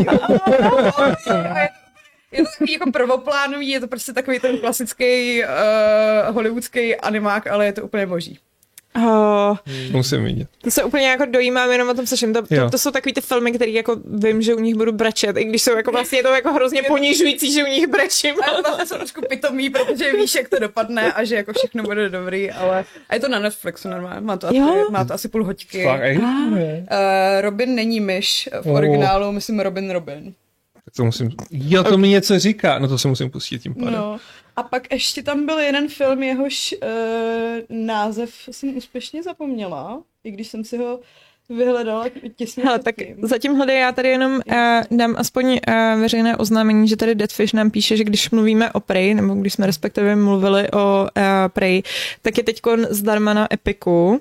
Je to takový jako prvoplánový, je to prostě takový ten klasický hollywoodský animák, ale je to úplně boží. Musím vidět. To se úplně jako dojímám jenom o tom slyším. To jsou takový ty filmy, které jako vím, že u nich budu brečet, i když jsou jako vlastně to jako hrozně ponižující, že u nich brečím. Ale vlastně jsou trošku pitomý, protože víš, jak to dopadne a že jako všechno bude dobrý, ale a je to na Netflixu normálně, má to asi půl hoďky. Robin není myš, v originálu myslím Robin. To musím... Jo, to mi něco říká. No to se musím pustit tím pádem. No. A pak ještě tam byl jeden film, jehož název jsem úspěšně zapomněla, i když jsem si ho vyhledala těsně. Hele, tak zatím hledej, já tady jenom dám aspoň veřejné oznámení, že tady Deadfish nám píše, že když mluvíme o Prey, nebo když jsme respektive mluvili o Prey, tak je teďkon zdarma na Epiku.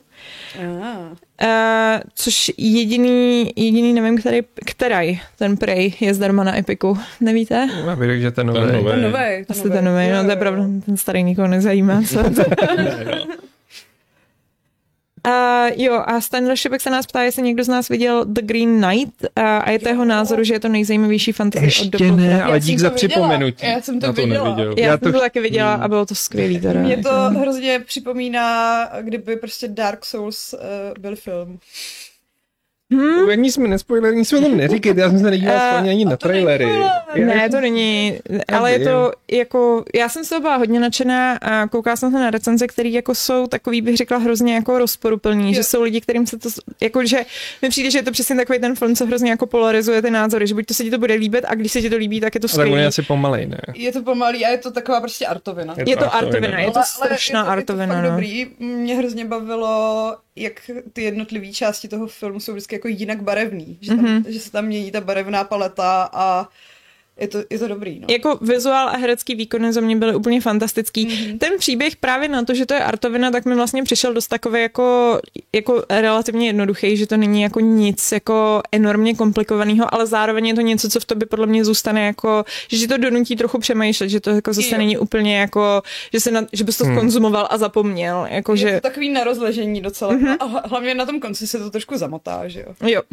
Což jediný nevím, který ten Prey je zdarma na Epiku. Nevíte? Já bych řekl, že ten nový. Ten nový, no to je pravda, ten starý nikoho nezajímá. Jo, a Stanley Šebek se nás ptá, jestli někdo z nás viděl The Green Knight a je to jeho názoru, že je to nejzajímavější fantasy od doby. Ještě ne, ale dík za připomenutí. Já jsem to viděla. Já jsem to taky viděla a bylo to skvělý. Teda. Mě to hrozně připomíná, kdyby prostě Dark Souls byl film. Nic jsme nespoilerili, nic jsme tam neříkali, já jsem se nedíval aspoň ani na trailery. Ne, to není, ale je to jako, já jsem z toho byla hodně nadšená a koukala jsem se na recenze, který jako jsou takový, bych řekla, hrozně jako rozporuplný, že jsou lidi, kterým se to, jako že mi přijde, že je to přesně takový ten film, co hrozně jako polarizuje ty názory, že buď to se ti to bude líbit a když se ti to líbí, tak je to skvělý. Tak on je asi pomalej, ne? Je to pomalý a je to taková prostě artovina. Je to artovina, je to strašná artovina. Je to dobrý, mě hrozně bavilo, jak ty jednotlivé části toho filmu jsou vždycky jako jinak barevný, že se tam mění ta barevná paleta a je to dobrý. No. Jako vizuál a herecký výkony za mě byly úplně fantastický. Ten příběh právě na to, že to je artovina, tak mi vlastně přišel dost takový jako relativně jednoduchý, že to není jako nic jako enormně komplikovaného, ale zároveň je to něco, co v tobě podle mě zůstane jako, že to donutí trochu přemýšlet, že to jako zase není úplně jako, že bys to konzumoval a zapomněl. Jako, je že... to takový na rozležení docela. A hlavně na tom konci se to trošku zamotá, že jo? Jo.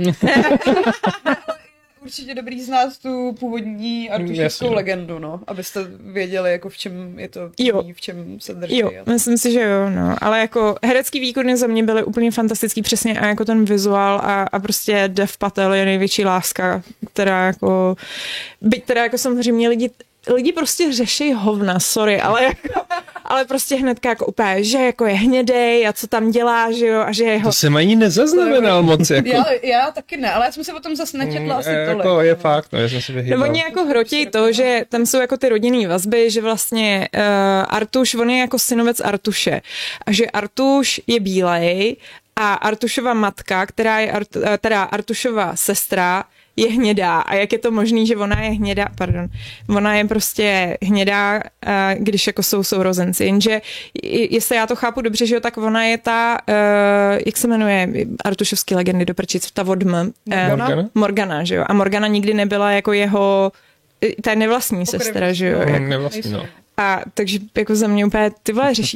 Určitě dobrý znát tu původní artušovskou legendu, no, abyste věděli, jako v čem je to, v čem se drží. Jo, myslím si, že jo, no, ale jako herecký výkony za mě byly úplně fantastický, přesně a jako ten vizuál a prostě Dev Patel je největší láska, která jako, byť teda jako samozřejmě lidi prostě řeší hovna, sorry, ale prostě hnedka jako úplně, že jako je hnědej a co tam dělá, že jo, a že jeho... To jsem ani nezaznamenal moc, jako... Já taky ne, ale já jsem se o tom zase nečetla asi tolik. Jako je fakt, no, já jsem si vyhýbal. No oni jako hrotěj to, že tam jsou jako ty rodinný vazby, že vlastně Artuš, on je jako synovec Artuše a že Artuš je bílej a Artušova matka, která je teda Artušova sestra, je hnědá. A jak je to možný, že ona je hnědá, ona je prostě hnědá, když jako jsou sourozenci. Jenže, jestli já to chápu dobře, že jo, tak ona je ta, jak se jmenuje, artušovský legendy do prčic, ta vodm. Morgana, že jo. A Morgana nikdy nebyla jako jeho, ta nevlastní sestra, že jo. Nevlastní, no. A takže jako za mě úplně, ty vole, řeší to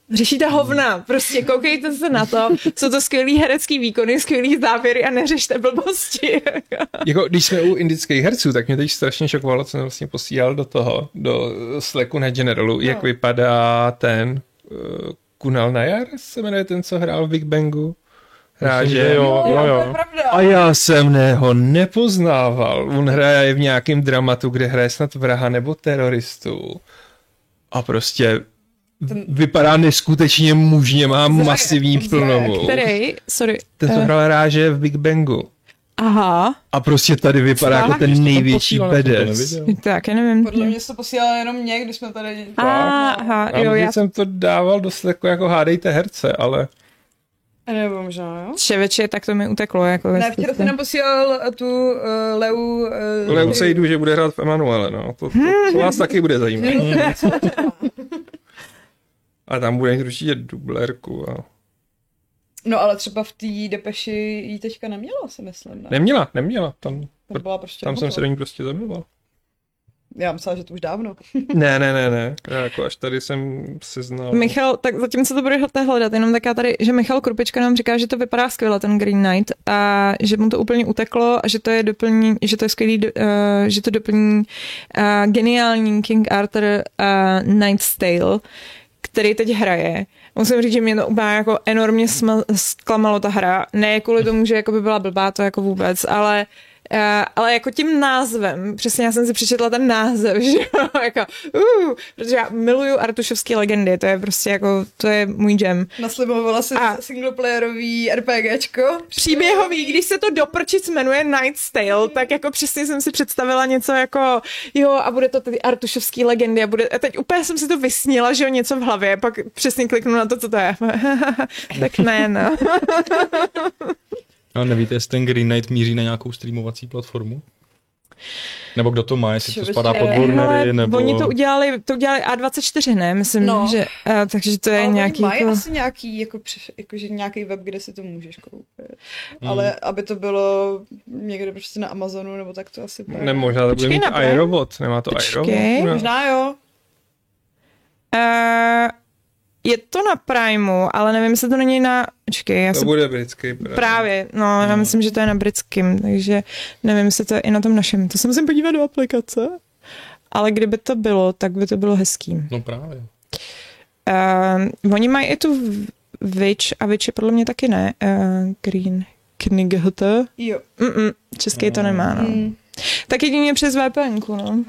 Řešíte hovna, prostě koukejte se na to, jsou to skvělý herecký výkony, skvělý záběry a neřešte blbosti. Jako, když jsme u indických herců, tak mě teď strašně šokovalo, co jsem vlastně posílal do Slacku na Generalu, jak vypadá ten Kunal Nayyar, se jmenuje ten, co hrál v Big Bangu. Hráže. Jo. To je pravda. A já jsem ho nepoznával. On hraje v nějakém dramatu, kde hraje snad vraha nebo teroristu. A prostě vypadá neskutečně mužně, má masivní plnovou. Který? Sorry. Ten, co hrál Ráže v Big Bangu. Aha. A prostě tady vypadá jako ten největší bedec. Tak, já nevím. Podle mě se to posílalo jenom mě, když jsme tady... Aha, A jo, já jsem to dával do Slacku jako hádejte herce, ale... Nebo možná, jo? Čeveče, tak to mi uteklo. Jako Ne, včera jsem nám posílal tu Leu... Leu Seydoux, že bude hrát v Emanuele, no. To vás taky bude zajímat. A tam bude mít určitě dublérku. No ale třeba v té depeši jí teďka neměla, si myslím, ne? Neměla. Tam byla prostě jsem se do ní prostě zamiloval. Já myslela, že to už dávno. Ne. Jako až tady jsem se znal. Michal, tak zatímco to budete hledat, jenom taká tady, že Michal Krupička nám říká, že to vypadá skvěle, ten Green Knight, a že mu to úplně uteklo a že to je doplní, že to je skvělý, že to doplní geniální King Arthur Knight's Tale, který teď hraje. Musím říct, že mě to úplně jako enormně zklamalo ta hra. Ne kvůli tomu, že jako by byla blbá, to jako vůbec, ale jako tím názvem, přesně já jsem si přečetla ten název, že jo, jako, protože já miluju artušovské legendy, to je prostě jako, to je můj jam. Naslibovala se singleplayerový RPGčko. Příběhový, když se to doprčic jmenuje Knight's Tale, tak jako přesně jsem si představila něco jako, jo, a bude to ty artušovské legendy a teď úplně jsem si to vysnila, že jo, něco v hlavě, pak přesně kliknu na to, co to je. Tak ne, no. Ale nevíte, jestli ten Green Knight míří na nějakou streamovací platformu? Nebo kdo to má, jestli to spadá pod Warnery, nebo... Oni to udělali A24, ne? Myslím, že... takže to je ale nějaký... mají jako... asi nějaký, jakože nějaký web, kde si to můžeš koupit. Ale aby to bylo někde prostě na Amazonu, nebo tak to asi... Možná to bude mít iRobot, nemá to iRobot? Možná jo. Je to na Primeu, ale nevím, jestli to není na... To bude britský. Právě, no, já myslím, že to je na britským, takže nevím, jestli to je i na tom našem. To se musím podívat do aplikace, ale kdyby to bylo, tak by to bylo hezký. No právě. Oni mají i tu Witch a Witch je podle mě taky ne. Green Knighter. Jo. Český to nemá, no. Tak jedině přes VPNku, no.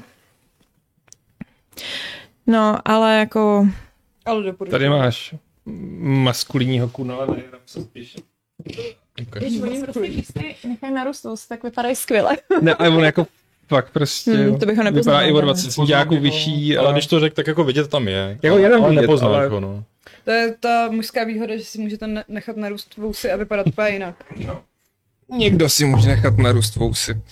No, ale jako... Ale doporučuji. Tady máš maskulinního Kunala Nayyara, co spíš. Když oni prostě nechají narůstou, tak vypadají skvěle. Ne, ale on jako fakt prostě, to bych ho nepoznal. vypadá i o 20 centiáků vyšší. Ale když to řekl, tak jako vidět tam je. Jako jenom ale vidět, nepoznáš ale... ho, no. To je ta mužská výhoda, že si můžete nechat narůst vousy a vypadat úplně jinak. No. Někdo si může nechat narůst vousy.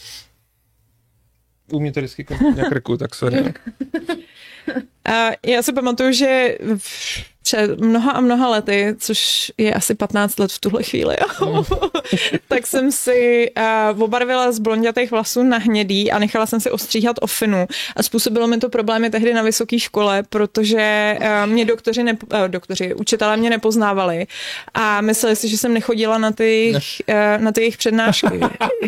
U mě to vždycky na krku, tak sorry. Já si pamatuju, že před mnoha lety, což je asi 15 let v tuhle chvíli, tak jsem si obarvila z blondětých vlasů na hnědý a nechala jsem si ostříhat ofinu. A způsobilo mi to problémy tehdy na vysoké škole, protože mě učitelé mě nepoznávali a mysleli si, že jsem nechodila na ty jejich přednášky.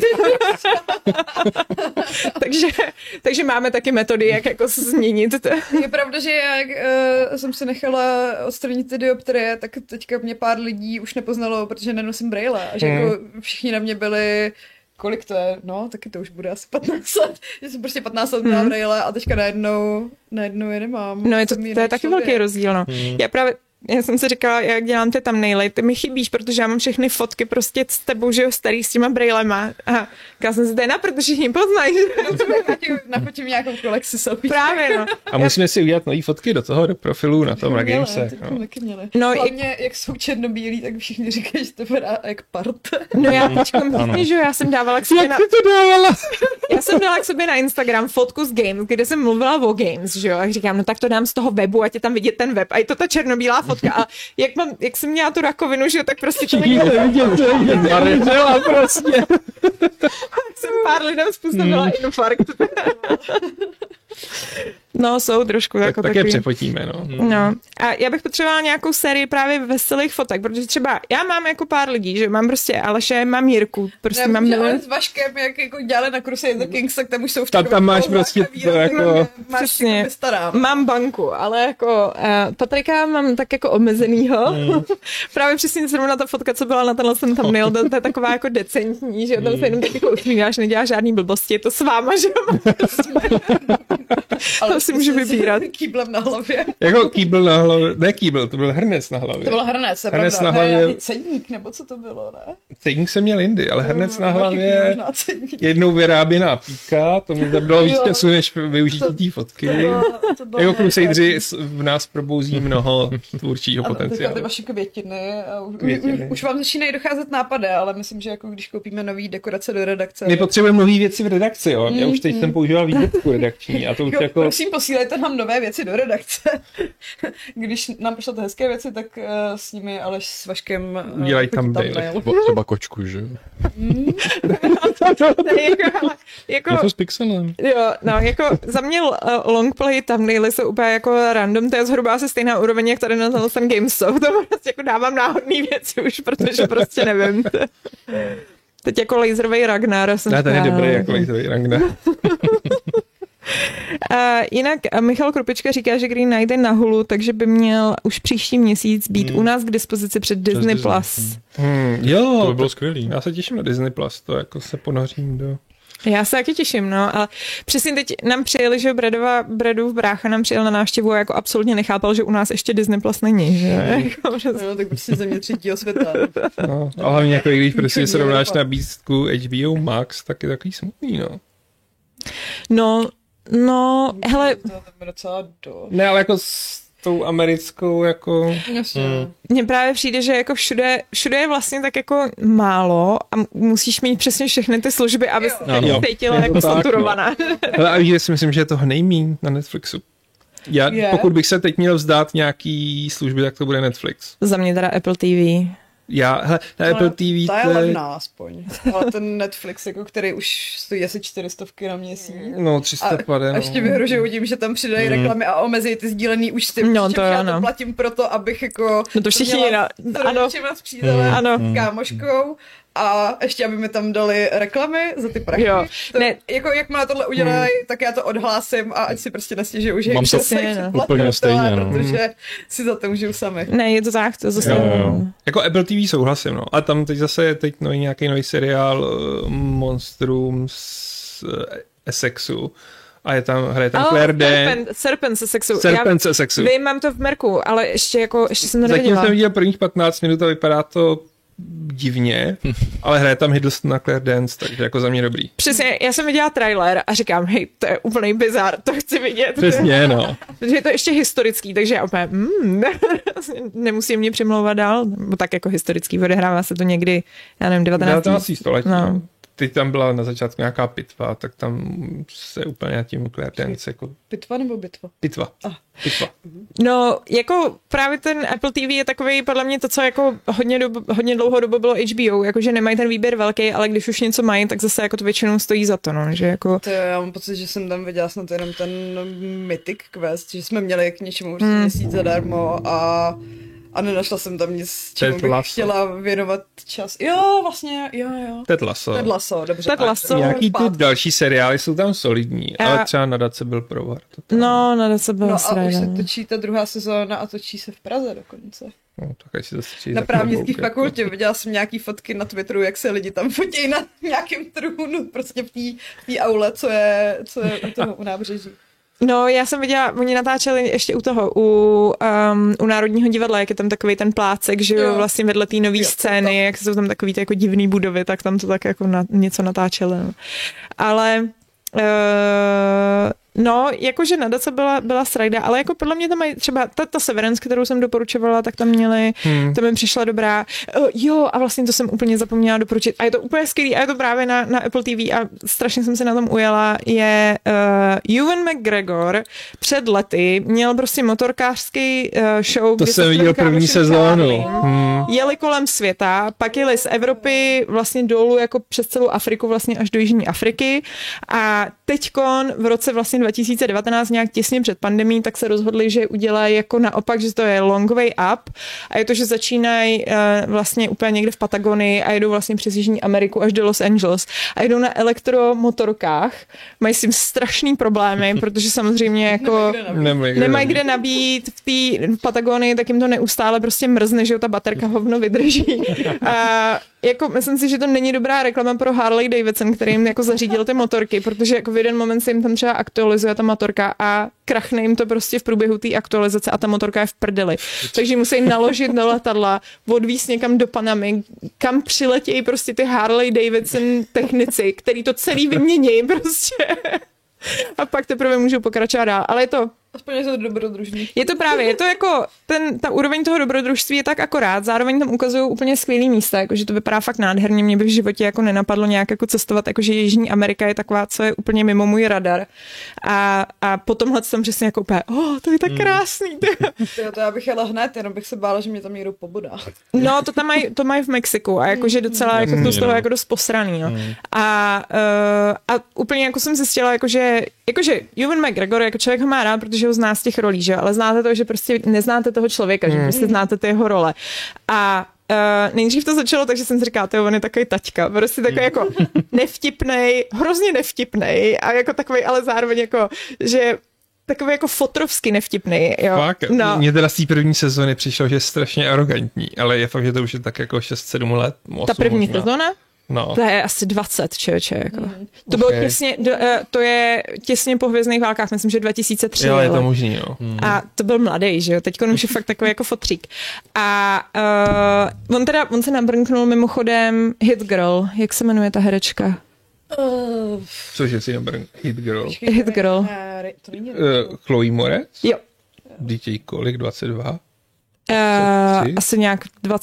takže máme taky metody, jak jako změnit. Je pravda, že jak jsem si nechala odstranit ty dioptrie, tak teďka mě pár lidí už nepoznalo, protože nenosím brejle. A že jako všichni na mě byli, kolik to je? No, taky to už bude asi 15 let. Že jsem prostě 15 let měla brejle a teďka najednou je nemám. No to je taky velký rozdíl, no. Já jsem si říkala, jak dělám ty thumbnaily, ty mi chybíš, protože já mám všechny fotky prostě s tebou, že jo, starý s těma brejlema. A já jsem si tady protože všichni poznají. Nachodím nějakou kolekci selfie. Právě, no. A musíme si udělat nový fotky do profilu na tom, na Gamese. No, hlavně, jak jsou černobílí, tak všichni říkají, že to vypadá jak part. No já teďka, že jo, já jsem dávala k sobě Já jsem dala k sobě na Instagram fotku z Games, kde jsem mluvila o Games, že jo, a říkám, no tak to dám z toho webu, ať je tam vidět ten web. A je to ta černobílá fotka. A jak jsem měla tu rakovinu, že jo, tak prostě jsem pár lidem způsobila infarkt. No, jsou trošku Tak, jako tak je takový. přepotíme, no. No. A já bych potřebovala nějakou sérii právě veselých fotek, protože třeba já mám jako pár lidí, že mám prostě Aleše, mám Jirku, prostě mám ale s Vaškem, jak jako dělali na Crusader Kings, tak tam už jsou v Tam máš prostě to jako... Přesně. Mám banku, ale jako Patrika mám tak jako omezenýho. Právě přesně zrovna ta fotka, co byla na tenhle ten thumbnail, to je taková jako decentní, že tam se jenom tak jako usmíváš, neděláš žádný blbosti, je to s váma, že jo? Ale si můžu vybírat. Kýblem na hlavě. Jako kýbl na hlavě, ne kýbl, to byl hrnec na hlavě. To byl hrnec, je Hrnec pravda. na hlavě. Ne, cedník, nebo co to bylo, ne? Cedník jsem měl jindy, ale hrnec na hlavě, Možná cedník. jednou vyráběná píka, to mi zabralo víc Jo. času, než využití té fotky. To bylo Jako nějaké- Crusadeři v nás probouzí mnoho tvůrčího A teďka potenciálu. ty vaše květiny. A Květiny. už vám začínají docházet nápady, ale myslím, že jako když koupíme nový dekorace do redakce. My potřebujeme nové věci v redakci, jo. Já už teď jsem používal výrobku redakční a to už Jo, jako... prosím, posílejte nám nové věci do redakce. Když nám pošlete hezké věci, tak s nimi Aleš s Vaškem Udělají chodí thumbnail. Třeba, třeba kočku, že jo? jako, Je to s pixelem. jo, no, jako za mě longplay thumbnaily jsou úplně jako random, to je zhruba asi stejná úroveň, jak tady na ten GameStop, to prostě jako dávám náhodný věci už, protože prostě nevím. Teď jako laserový Ragnar jsem Ne, ten je chtěla. dobrý jako laserový Ragnar. Jinak Michal Krupička říká, že Green najde na Hulu, takže by měl už příští měsíc být u nás k dispozici před Disney+. Disney. Plus. Jo, To by bylo skvělý. já se těším na Disney Plus, to jako se ponořím do... Já se taky těším, no, ale přesně teď nám přijeli, že Bradův brácha nám přijel na návštěvu a jako absolutně nechápal, že u nás ještě Disney Plus není, že? Jako, že- No, tak prostě země třetího světa. No, a hlavně jako když prostě Nikoho srovnáš nenapadá. nabídku HBO Max, tak je takový smutný, no. No, hele, To je docela do... Ne, ale jako s tou americkou jako... Jasně. mně právě přijde, že jako všude je vlastně tak jako málo a musíš mít přesně všechny ty služby, aby se Jo. cítila Je to jako tak, no. saturovaná. Hele, a víš, si myslím, že je to nejmíň na Netflixu. Je? Pokud bych se teď měl vzdát nějaký služby, tak to bude Netflix. Za mě teda Apple TV. Hele, na Apple TV Ta je to je... levná aspoň. Ale ten Netflix, jako, který už stojí asi 400 na měsíc. No, 300 pade, A no. ještě vyhrožují tím, že tam přidají reklamy a omezí ty sdílený účty. No, Přičemž to já ano. to platím proto, abych jako... No to všichni, měla ano. s přítelem, Ano. s kámoškou a ještě, aby mi tam dali reklamy za ty prachy. Jo. To, Ne. jako jakmile tohle udělají, tak já to odhlásím a ať si prostě nestěžují, že Mám to úplně stejně, no. protože si za to můžou sami. Ne, je to tak, to zase. Jo. Jako Apple TV souhlasím, no. A tam teď zase je nějaký nový seriál Monstrum z Essexu. A hraje tam Claire Danes. Serpent se sexu. Serpent z Essexu. Vím, mám to v Merku, ale ještě jsem to Zatím neviděla. jsem viděl prvních 15 minut a vypadá to divně, ale hraje tam Hiddleston a Claire Danes, takže jako za mě dobrý. Přesně, já jsem viděla trailer a říkám, hej, to je úplný bizar, to chci vidět. Přesně, no. Protože je to ještě historický, takže já úplně, nemusím mě přimlouvat dál, bo tak jako historický, odehrává se to někdy, já nevím, 19. 19. století. No. No. Teď tam byla na začátku nějaká pitva, tak tam se úplně nad tím Claire Danes jako... Pitva nebo bitva? Pitva. Pitva. No, jako právě ten Apple TV je takový podle mě to, co jako hodně dlouho dobu bylo HBO, jakože nemají ten výběr velký, ale když už něco mají, tak zase jako to většinou stojí za to, no, že jako... To já mám pocit, že jsem tam viděla snad jenom ten Mythic Quest, že jsme měli k něčemu měsíc zadarmo a nenašla jsem tam nic, čemu Ted bych Lasso. chtěla věnovat čas. Jo, vlastně, jo. Ted Lasso. Ted Lasso, dobře. Ted Lasso. Nějaký ty další seriály jsou tam solidní, ale třeba Nadace byl provar. No, na to byla No a už sranda. se točí ta druhá sezóna a točí se v Praze dokonce. No, tak až si zase přijde Na tak právnických klobouk, fakultě viděla jsem nějaký fotky na Twitteru, jak se lidi tam fotí na nějakém trůnu, prostě v té aule, co je u nábřeží. No, já jsem viděla, oni natáčeli ještě u toho, u Národního divadla, jak je tam takový ten plácek, že jo, vlastně vedle té nové scény, jak jsou tam takový ty jako divný budovy, tak tam to tak jako něco natáčeli. No. Ale no, jakože nadace byla srajda, ale jako podle mě tam mají třeba ta Severance, kterou jsem doporučovala, tak tam měli, to mi přišla dobrá. Jo, a vlastně to jsem úplně zapomněla doporučit. A je to úplně skvělý, a je to právě na Apple TV a strašně jsem se na tom ujela, je Ewan McGregor před lety měl prostě motorkářský show, To kdy jsem se viděl kámoši první sezónu. vytáhli. Jeli kolem světa, pak jeli z Evropy vlastně dolů jako přes celou Afriku, vlastně až do Jižní Afriky a teďkon v roce vlastně 2019 nějak těsně před pandemí, tak se rozhodli, že udělají jako naopak, že to je long way up a je to, že začínají vlastně úplně někde v Patagonii a jedou vlastně přes Jižní Ameriku až do Los Angeles a jedou na elektromotorkách. Mají s tím strašný problémy, protože samozřejmě jako nemají kde nabít v té Patagonii, tak jim to neustále prostě mrzne, že ta baterka hovno vydrží. A jako myslím si, že to není dobrá reklama pro Harley Davidson, který jim jako zařídil ty motorky, protože jako v jeden moment se jim tam třeba aktualizuje ta motorka a krachne jim to prostě v průběhu té aktualizace a ta motorka je v prdeli. Takže musí naložit do letadla, odvízt někam do Panamy, kam přiletějí prostě ty Harley Davidson technici, který to celý vymění prostě. A pak teprve můžou pokračovat dál. Ale je to Aspoň je to dobrodružný. Je to právě, je to jako, ta úroveň toho dobrodružství je tak akorát, zároveň tam ukazují úplně skvělý místa, jakože to vypadá fakt nádherně, mě by v životě jako nenapadlo nějak jako cestovat, jakože Jižní Amerika je taková, co je úplně mimo můj radar. A potom jsem přesně jako úplně, to je tak krásný. To já bych jela hned, jenom bych se bála, že mě tam někdo pobodá. No, to mají v Mexiku a jakože docela jako to z toho jako dost posraný, no. A úplně jako jsem zjistila, jakože Ewan McGregor, jako člověk ho má rád, protože ho zná z těch rolí, že? Ale znáte to, že prostě neznáte toho člověka, že prostě znáte ty jeho role. A nejdřív to začalo tak, že jsem si říkala, on je takový taťka, prostě takový jako nevtipnej, hrozně nevtipnej a jako takový, ale zároveň jako, že takový jako fotrovsky nevtipnej, jo. Fakt, no. Mně teda z té první sezóny přišlo, že je strašně arrogantní, ale je fakt, že to už je tak jako 6-7 let, 8 Ta první možná. sezóna? No. To je asi 20, člověče. Jako. To bylo těsně, to je těsně po Hvězdných válkách, myslím, že 2003. Jo, je to možný, jo. A to byl mladý, že jo, teďko už je fakt takový jako fotřík. A on se nabrnknul mimochodem Hit Girl, jak se jmenuje ta herečka? Cože si nabrň Hit Girl? Hit Girl. To není Chloe Moretz? Jo. DJ kolik? 22? Asi nějak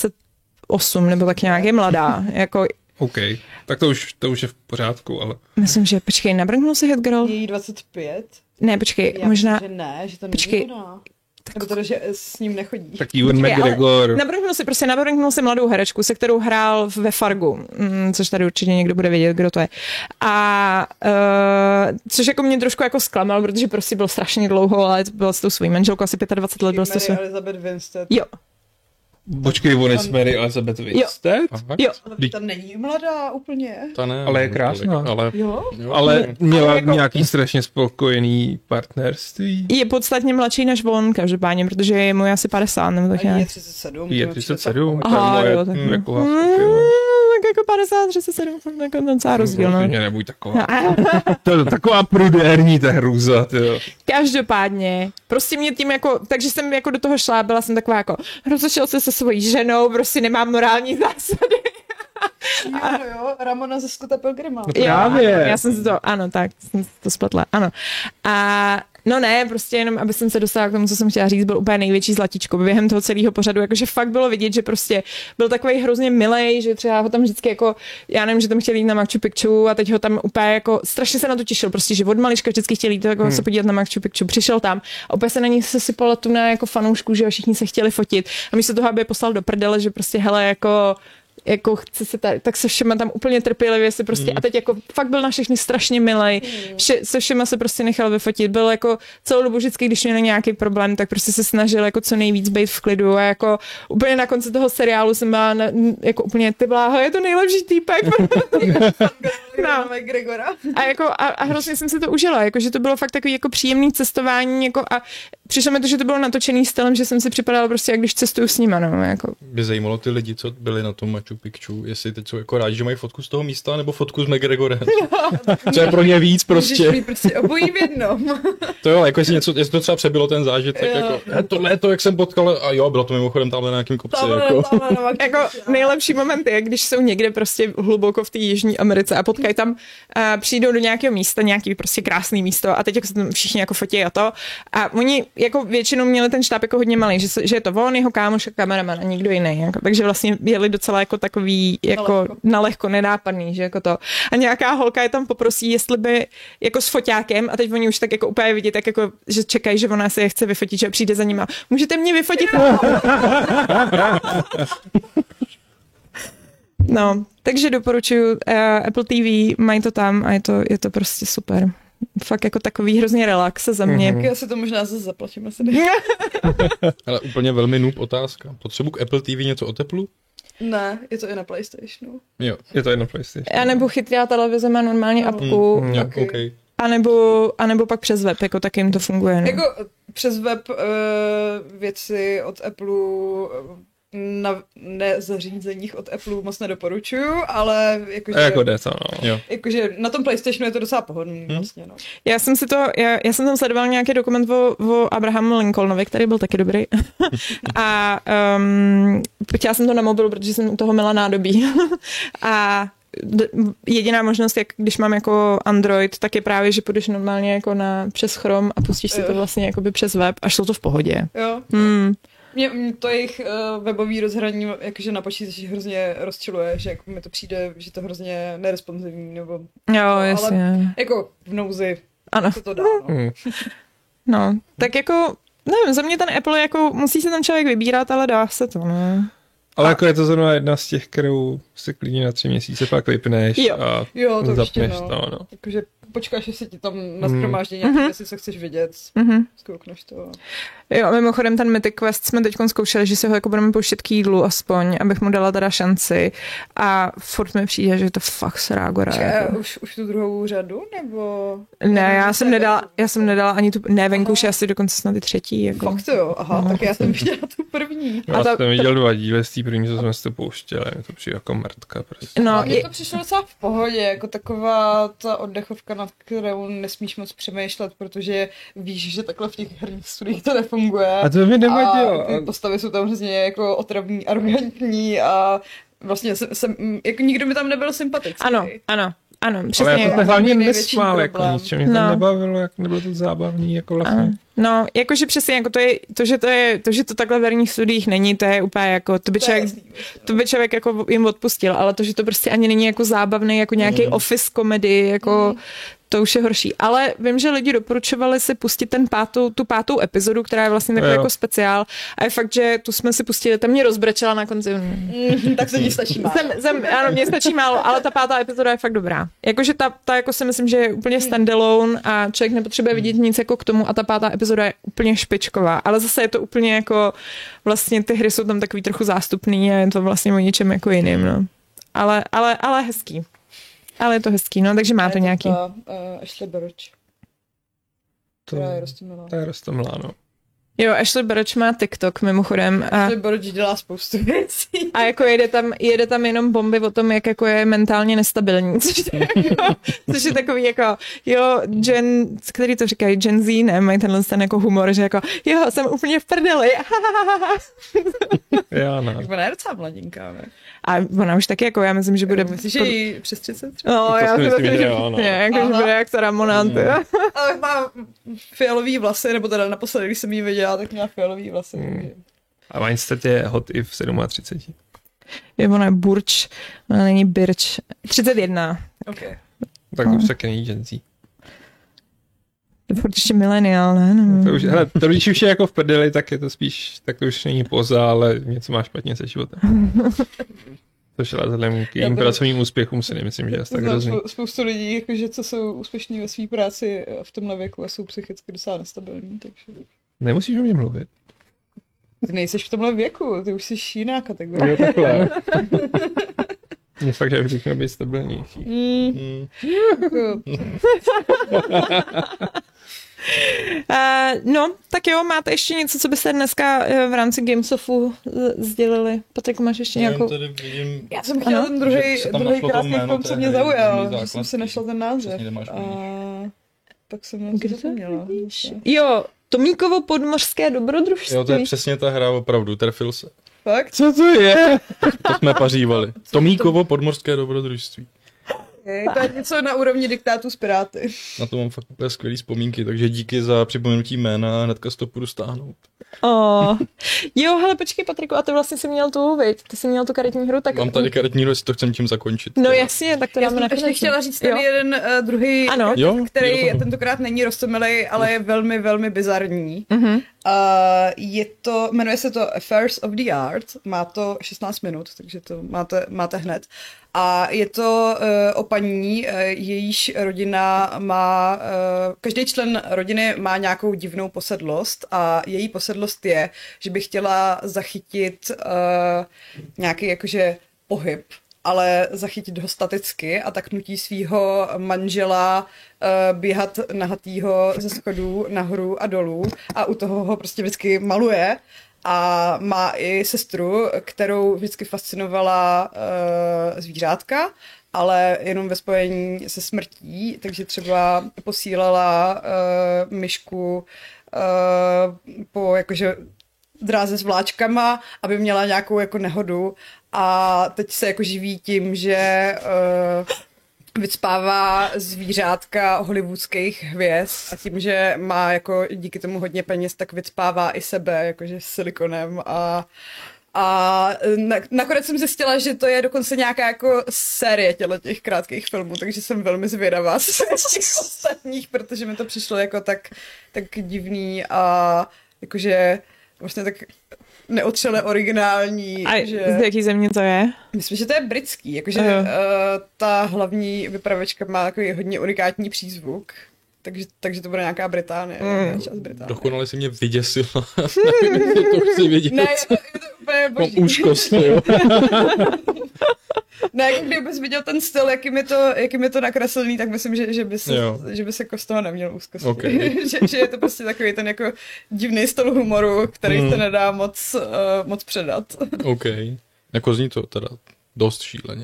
28, nebo tak nějak je mladá. Jako, OK, tak to už je v pořádku, ale... myslím, že, počkej, nabrnknul se Hit Girl? Její 25? Ne, počkej, Já možná... myslím, že ne, že to Počkej. není ona. Nebo teda, že s ním nechodí. Tak Ewan McGregor... Nabrnknul si mladou herečku, se kterou hrál ve Fargu, což tady určitě někdo bude vědět, kdo to je. A což jako mě trošku jako zklamal, protože prostě byl strašně dlouho, ale byl s tou svou manželkou asi 25 let. Byl s tou Elizabeth Winstead. Jo. Počkej, on je s Mary Elizabeth Winstead? Jo. Ta není mladá úplně. Ta ne, Ale je krásná. Ale, Jo? Ale měla jako- nějaký strašně spokojený partnerství. Je podstatně mladší než on, každopádně, protože je mu asi 50 nebo tak A je nějak. 37. Je to mi přijde 37, tak to je Aha, moje jo, tak věková Mm, skupina. tak jako 50, 37, jako docela rozdíl, no. Mě nebuď taková. To je taková prudérní ta hrůza, tyjo. Každopádně, prostě mě tím jako, takže jsem jako do toho šla, byla jsem taková jako, rozešel se se svojí ženou, prostě nemám morální zásady. Jo, Ramona ze Scotta Pilgrima. No právě. Já jsem si to, ano, tak, jsem si to spletla, ano. A no ne, prostě jenom, aby jsem se dostala k tomu, co jsem chtěla říct, byl úplně největší zlatíčko během toho celého pořadu, jakože fakt bylo vidět, že prostě byl takový hrozně milej, že třeba ho tam vždycky jako, já nevím, že tam chtěl jít na Machu Picchu a teď ho tam úplně jako, strašně se na to těšil, prostě, že od malička vždycky chtěl jít jako se podívat na Machu Picchu, přišel tam a úplně se na něj sesypala tuna jako fanoušků, že všichni se chtěli fotit a místo toho, aby je poslal do prdele, že prostě hele, jako chce se tady, tak se všema tam úplně trpělivě se prostě a teď jako fakt byl na všechny strašně milej, se všema se prostě nechal vyfotit, byl jako celou dobu vždycky, když měl nějaký problém, tak prostě se snažil jako co nejvíc být v klidu a jako úplně na konci toho seriálu jsem byla jako úplně ty bláho, je to nejlepší týpek. No. McGregora. A jako a hrozně jsem si to užila, jako že to bylo fakt takový jako příjemný cestování, jako a přišlo mi to, že to bylo natočený stylem, že jsem si připadala prostě, jak když cestuju s nima, no, jako. by zajímalo ty lidi, co byli na tom Machu Picchu, jestli teď jsou jako rádi, že mají fotku z toho místa, nebo fotku s McGregorem. Co je pro ně víc prostě. Prostě obojí v jednom. To jo, jako jestli to třeba přebylo ten zážitek, jako tohle je to, jak jsem potkal, a jo, bylo to mimochodem tamhle na nějakým kopci, jako. Jako nejlepší moment je, když jsou někde prostě hluboko v té Jižní Americe a potkají tam, přijdou do nějakého místa, nějaký prostě krásný místo a teď jako se tam všichni jako fotí a to. A oni jako většinou měli ten štáb jako hodně malý, že je to on, jeho kámoš a kameraman a nikdo jiný. Jako, takže vlastně jeli docela jako takový jako nalehko nenápadný, že jako to. A nějaká holka je tam poprosí, jestli by jako s foťákem a teď oni už tak jako úplně vidět, tak jako, že čekají, že ona se je chce vyfotit, že přijde za nima. Můžete mě vyfotit? No, takže doporučuji Apple TV, mají to tam a je to prostě super. Fakt jako takový hrozně relax za mě. Já si to možná zase zaplatím. Asi ne. Ale úplně velmi noob otázka. Potřebuji k Apple TV něco o teplu? Ne, je to i na PlayStationu. Jo. Je to jedno PlayStation. A nebo chytrá televize má normálně apku, Jo, Okay. okay. a nebo pak přes web, jako tak jim to funguje. No. Jako přes web věci od Apple na nezařízeních od Apple moc nedoporučuju, ale jakože, Jako jde to, no. Jo. jakože na tom PlayStationu je to docela pohodlný vlastně, no. Já jsem tam sledoval nějaký dokument o Abrahamu Lincolnovi, který byl taky dobrý. A chtěla jsem to na mobilu, protože jsem u toho měla nádobí. A jediná možnost, jak když mám jako Android, tak je právě, že půjdeš normálně jako přes Chrome a pustíš si to vlastně jakoby přes web a šlo to v pohodě. Jo. Mě to jejich webový rozhraní jakože na počítači hrozně rozčiluje, že jako mi to přijde, že to hrozně neresponsivní, nebo... Jo, jasně. Ale jako v nouzi Ano. se to dá, no. No, tak jako, nevím, za mě ten Apple jako, musí se tam člověk vybírat, ale dá se to, ne? Ale jako je to zrovna jedna z těch, kterou si klidně na 3 měsíce pak vypneš a Jo, to určitě, zapneš no. to, no. Jakože počkáš, jestli ti tam nashromáždí nějaké věci, co chceš vidět, zkoukneš to. Jo, mimochodem ten Mythic Quest jsme teď zkoušeli, že se ho jako budeme pouštět k jídlu aspoň, abych mu dala teda šanci a furt mi přijde, že je to fakt srágora. Jako. Už tu druhou řadu, nebo... Ne, já jsem nedala ani tu, ne, venku už je asi dokonce snad i třetí. Jako. Fakt to jo, aha, tak já jsem viděla tu první. Já jsem viděl 2 díly z té první, co jsme si to pouštěli, mi to přijde jako mrtka prostě. No, Mně to přišlo docela v pohodě, jako taková ta oddechovka, nad kterou nesmíš moc přemýšlet, protože víš, že takhle v těch herních studiích to nefunguje. A to mi nevadilo. A ty postavy jsou tam hrozně jako otravní, arrogantní a vlastně jako nikdo mi tam nebyl sympatický. Ano, přesně. Ale já to hlavně největší nesmál, jako problém. ničem mě to nebavilo, jak nebylo to zábavný, jako vlastně. No, jakože přesně, jako že to takhle v herních studiích není, to je úplně jako, to by člověk jako jim odpustil, ale to, že to prostě ani není jako zábavný, jako nějaký office komedii, jako to už je horší. Ale vím, že lidi doporučovali si pustit tu pátou epizodu, která je vlastně takový jako speciál. A je fakt, že tu jsme si pustili, tam mě rozbrečela na konci. Tak se ti stačí málo. Ano, mě stačí málo, ale ta pátá epizoda je fakt dobrá. Jakože ta jako si myslím, že je úplně standalone a člověk nepotřebuje vidět nic jako k tomu a ta pátá epizoda je úplně špičková. Ale zase je to úplně jako, vlastně ty hry jsou tam takový trochu zástupný a je to vlastně o ničem jako jiným, no. Ale hezký. Ale je to hezký, no, takže má to nějaký. Ashley Burch. Která je roztomilá. To je roztomilá, no. Jo, Ashley Burch má TikTok mimochodem. Ashley Burch dělá spoustu věcí. A jako jede tam jenom bomby o tom, jak jako je mentálně nestabilní. Což je takový jako, jo, který to říkají, Gen Z, ne, mají ten jako humor, že jako, jo, jsem úplně v prdeli. Já ne. Tak ona je docela mladinká, ne? A ona už taky jako, já myslím, že bude... Myslíš, že jí přes 30 třeba? No, já si myslím, že jo, no. Jako, že bude jak ta Ramona. Ale má fialový vlasy, nebo teda naposledy, když jsem jí viděla, tak měla fialový vlasy. A Weinstedt je hot i v 37. Je ona je Burč, ona není Birč. 31. Okay. Tak to už taky není Gen Z. To je furt ještě mileniál, ne? To už, hele, to když už je jako v prdeli, tak je to spíš, tak to už není poza, ale něco má špatně se životem. Což ale vzhledem k jejím pracovním úspěchům si nemyslím, že je tak hrozný. Spoustu lidí, jakože, co jsou úspěšní ve své práci v tomhle věku a jsou psychicky docela nestabilní. Takže... Nemusíš o mě mluvit. Ty nejseš v tomhle věku, ty už jsi jiná kategorie. Jo, takhle. Je fakt, že bych měl být stabilnější. No, tak jo, máte ještě něco, co byste dneska v rámci Gamesofu sdělili? Patrik, máš ještě nějakou... Já jsem chtěla ten druhý krásný film, co mě zaujal, že jsem si našla ten název. A pak jsem na to zapomněla. Jo, Tomíkovo podmořské dobrodružství. Jo, to je přesně ta hra opravdu, trefil se. Fakt? Co to je? To jsme pařívali. Tomíkovo podmořské dobrodružství. To je něco na úrovni diktátu z Piráty. Na to mám fakt úplně skvělý vzpomínky, takže díky za připomenutí jména a hnedka si to půjdu stáhnout. Jo, hele, počkej, Patriku, a ty vlastně jsi měl tu, viď? Ty jsi měl tu karetní hru, tak... Mám tady karetní hru, jestli to chcem tím zakončit. No jasně, tak to Já dáme jsem ještě chtěla říct ten jeden druhý, ano. který tentokrát není roztomilej, ale je velmi, velmi bizarní. Jmenuje se to Affairs of the Art, má to 16 minut, takže to máte hned. A je to o paní, jejíž rodina má, každý člen rodiny má nějakou divnou posedlost a její posedlost je, že by chtěla zachytit nějaký jakože pohyb, ale zachytit ho staticky a tak nutí svýho manžela běhat nahatýho ze schodů nahoru a dolů a u toho ho prostě vždycky maluje. A má i sestru, kterou vždycky fascinovala zvířátka, ale jenom ve spojení se smrtí, takže třeba posílala myšku po jakože dráze s vláčkama, aby měla nějakou jako nehodu a teď se jako živí tím, že vycpává zvířátka hollywoodských hvězd a tím, že má jako díky tomu hodně peněz, tak vycpává i sebe, jakože silikonem a nakonec jsem zjistila, že to je dokonce nějaká jako série těch krátkých filmů, takže jsem velmi zvědavá z těch ostatních, protože mi to přišlo jako tak divný a jakože vlastně tak neotřele originální. A že... z jaký země to je? Myslím, že to je britský, jakože ta hlavní vypravěčka má takový hodně unikátní přízvuk, takže to bude nějaká Británie, část Británie. Dokonale si mě vyděsila. To chci vidět. Ne, je to úplně boží. Mám úzkost, jo. Ne, jako kdybys viděl ten styl, jakým je to nakreslený, tak myslím, že by se jako z toho neměl úzkost. Okay. že je to prostě takový ten jako divný styl humoru, který se nedá moc předat. OK. Jako zní to teda dost šíleně.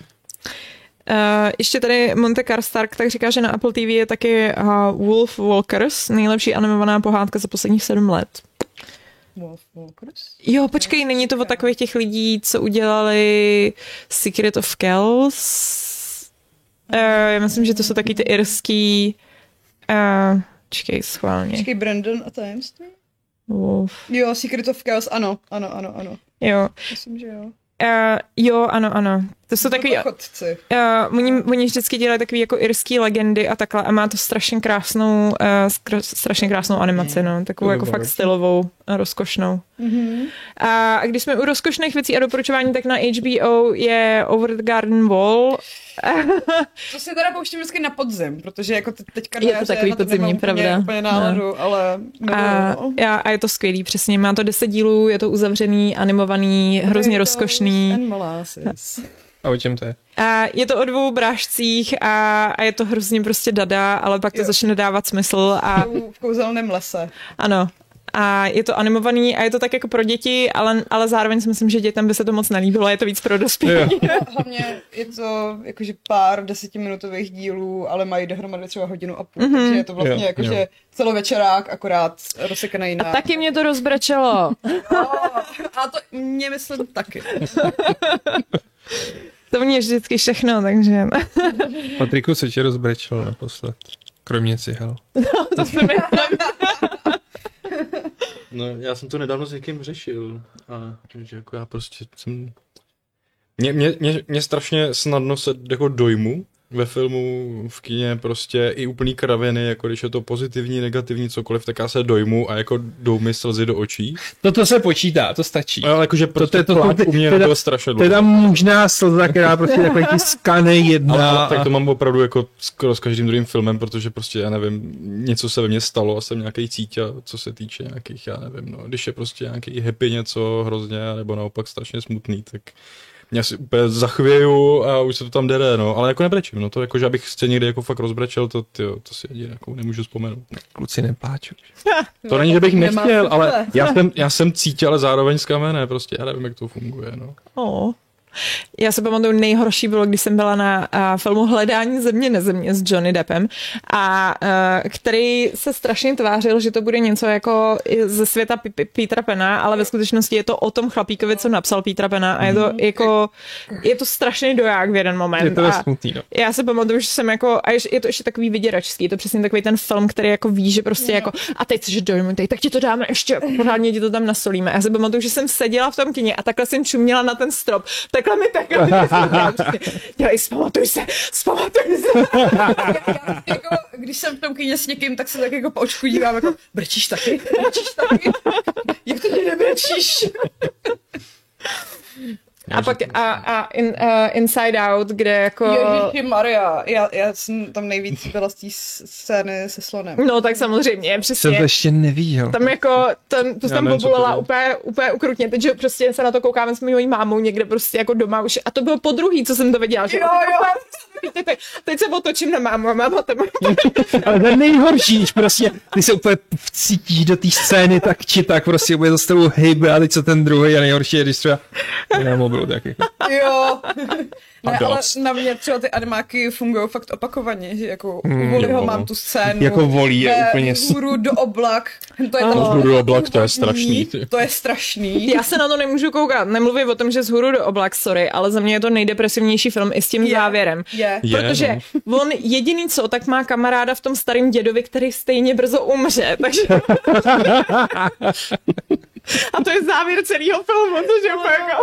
Ještě tady Monte Karstark tak říká, že na Apple TV je taky Wolf Walkers, nejlepší animovaná pohádka za posledních 7 let. Wolf Walkers? Jo, počkej, není to od takových těch lidí, co udělali Secret of Kells? Já myslím, že to jsou taky ty irský... Čekej, schválně. Počkej, Brandon a tajemství? Wolf. Jo, Secret of Kells, ano. Jo. Myslím, že jo. Jo, ano. To jsou takový... Chodci. Oni vždycky dělají takový jako irský legendy a takhle a má to strašně krásnou animaci, no. Takovou jako fakt stylovou a rozkošnou. Mm-hmm. A když jsme u rozkošných věcí a doporučování, tak na HBO je Over the Garden Wall. To si teda pouštím vždycky na podzim, protože jako teďka je to takový podzimní, pravda. Úplně náladu, no. Ale... A je to skvělý, přesně. Má to 10 dílů, je to uzavřený, animovaný, hrozně rozkošný. A o čem to je? Je to o 2 brášcích a je to hrozně prostě dada, ale pak to začne dávat smysl. V kouzelném lese. Ano. A je to animovaný a je to tak jako pro děti, ale zároveň si myslím, že dětem by se to moc nelíbilo, je to víc pro dospělé. Hlavně je to jakože pár 10minutových dílů, ale mají dohromady třeba 1.5 hodiny, takže je to vlastně jakože celovečerák, akorát rozsekaný na... A taky mě to rozbrečelo. A to mě myslím taky. To mě vždycky všechno, takže... Patriku, co tě rozbrečelo naposled? Kromě cihel. No, to se mi... No, já jsem to nedávno s někým řešil a že jako já prostě jsem... Mě strašně snadno se jako dojmu ve filmu, v kině prostě i úplný kraviny, jako když je to pozitivní, negativní, cokoliv, tak já se dojmu a jako jdou mi slzy do očí. To se počítá, to stačí. Ale jakože prostě plák u mě nebyl strašně dlouho. To je tam možná slza, která prostě takový ti skanej jedna. Ale tak to mám opravdu jako skoro s každým druhým filmem, protože prostě, já nevím, něco se ve mně stalo a jsem nějaký cítil, co se týče nějakých, já nevím, no, když je prostě nějaký happy něco hrozně, nebo naopak strašně smutný, tak mě si úplně zachvěju a už se to tam dere, no, ale jako nebrečím, no to jako, že abych se někdy jako fakt rozbrečel, to si ani jako nemůžu vzpomenout. Kluci nepáču. To není, že bych nechtěl, ale já jsem cítil, ale zároveň z kamene, prostě já nevím, jak to funguje, no. Já se pamatuju, nejhorší bylo, když jsem byla na filmu Hledání země nezemě s Johnny Deppem, který se strašně tvářil, že to bude něco jako ze světa Petera Pana, ale ve skutečnosti je to o tom chlapíkovi, co napsal Petera Pana a je to jako, je to strašný doják v jeden moment. Je to smutný, no. Já se pamatuju, že jsem jako, a je to ještě takový vyděračský, je to přesně takový ten film, který jako ví, že prostě jako, a teď jsi dojmutej, tak ti to dáme ještě, pořádně ti to tam nasolíme. A já se pamatuju, že jsem seděla v tom kině a takhle jsem čuměla na ten strop, takhle mi. Dělej, zpamatuj se. Jako, když jsem v tom kyně s někým, tak se tak jako po očku dívám, jako brečíš taky? Jak to mě nebrečíš? A pak Inside Out, kde jako... Ježišimaria, já jsem tam nejvíc byla z té scény se slonem. No tak samozřejmě, Jsem přesně. to ještě neviděl. Tam jako, to tam nevím, co pobulala to úplně ukrutně, teď, že prostě se na to koukáme s mojí mámou někde prostě jako doma už, a to bylo po druhý, co jsem to viděla, že Jo. teď se otočím na mámu a máma tam... Ale ten nejhorší, když prostě ty se úplně vcítíš do té scény tak či tak, prostě bude to s tebou hejbe a teď co ten druhý a nejhorší je, když třeba na mobilu taky. Jo. Ne, ale dost. na mě třeba ty animáky fungují fakt opakovaně, že jako u Voliho mám tu scénu. Jako Volí je úplně... Hůru do oblak. To je Ano. tam Hůru do oblak, to je původní, strašný, ty. To je strašný. Já se na to nemůžu koukat, nemluvím o tom, že z hůru do oblak, sorry, ale za mě je to nejdepresivnější film i s tím závěrem. Je. Protože on jediný co, tak má kamaráda v tom starém dědovi, který stejně brzo umře, takže... A to je závěr celého filmu, to je úplně jako...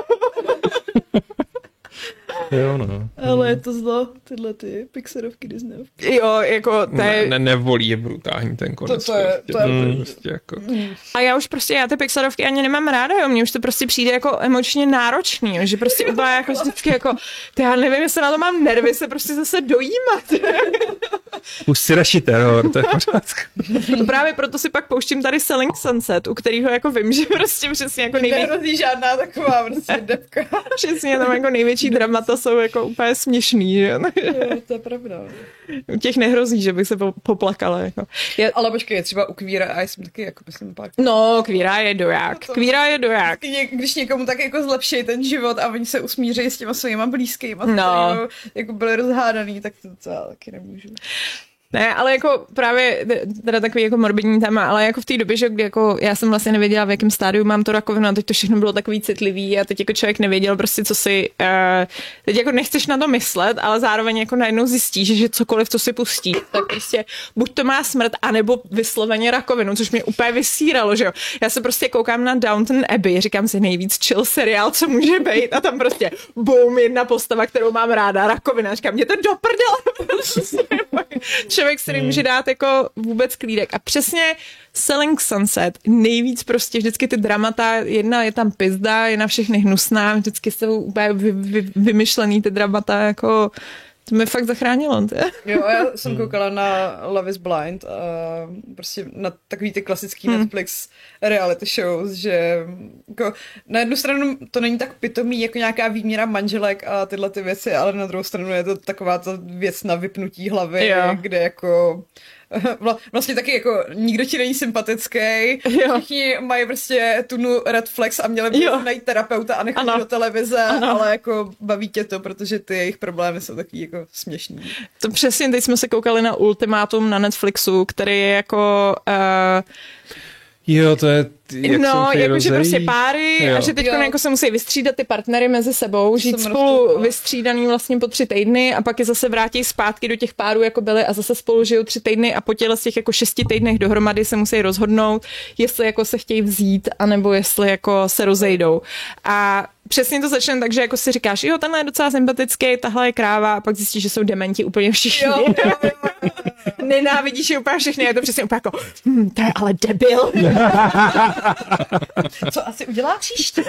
Jo, no. Ale je to zlo, tyhle ty Pixarovky Disneyovky. Jo, jako to je... Nevolí je brutální ten konec. To je prostě jako... A já už prostě, já ty Pixarovky ani nemám ráda, jo, mně už to prostě přijde jako emočně náročný, jo, že prostě úplně jako vždycky jako, já nevím, jestli na to mám nervy se prostě zase dojímat. Pust si radši teror, to je pořádku. Právě proto si pak pouštím tady Selling Sunset, u kterého jako vím, že prostě přesně jako Nehrozí žádná taková prostě depka. přesně tam jako největší dramata jsou jako úplně směšný, že jo. Jo, to je pravda. U těch nehrozí, že bych se poplakala, jako. Ale počkej, třeba u Queera a jsem taky jako myslím pár. No, Kvíra je doják, Kvíra je doják. Když někomu tak jako zlepší ten život a oni se usmířejí s těma svýma blízkýma, No. jako byli rozhádaný, tak to já taky nemůžu. Ne, ale jako právě, teda takový jako morbidní téma, ale jako v té době, že kdy jako já jsem vlastně nevěděla, v jakém stádiu mám to rakovinu a teď to všechno bylo takový citlivý a teď jako člověk nevěděl prostě, co si, teď jako nechceš na to myslet, ale zároveň jako najednou zjistíš, že cokoliv, co si pustí, tak prostě buď to má smrt, anebo vysloveně rakovinu, což mě úplně vysíralo, že jo. Já se prostě koukám na Downton Abbey, říkám si nejvíc chill seriál, co může být a tam prostě boom, jedna postava, kterou mám ráda, rakovina, říkám, mě to do prdele. Člověk si nemůže dát jako vůbec klídek. A přesně Selling Sunset, nejvíc prostě vždycky ty dramata, jedna je tam pizda, je na všechny hnusná, vždycky jsou úplně vymyšlený ty dramata, jako to mě fakt zachránilo. Jo, já jsem koukala na Love is Blind a prostě na takový ty klasický Netflix reality shows, že jako na jednu stranu to není tak pitomý jako nějaká výměra manželek a tyhle ty věci, ale na druhou stranu je to taková ta věc na vypnutí hlavy, kde jako vlastně taky jako nikdo ti není sympatický, všichni mají prostě tunu red flags a měli by najít terapeuta a nechat do televize, ale jako baví tě to, protože ty jejich problémy jsou taky jako směšný. To přesně, teď jsme se koukali na Ultimátum na Netflixu, který je jako... Jo, to je... No, jakože prostě páry a že teď jako se musí vystřídat ty partnery mezi sebou, žít spolu vystřídaný vlastně po 3 týdny a pak je zase vrátí zpátky do těch párů, jako byly a zase spolu žijou 3 týdny a po těle z těch jako 6 týdnech dohromady se musí rozhodnout, jestli jako se chtějí vzít, anebo jestli jako se rozejdou. A přesně to začne tak, že jako si říkáš, jo, tenhle je docela sympatický, tahle je kráva a pak zjistíš, že jsou dementi úplně všichni. Nenávidíš je úplně všechny, je to přesně úplně jako, to je ale debil. Co asi udělá příště?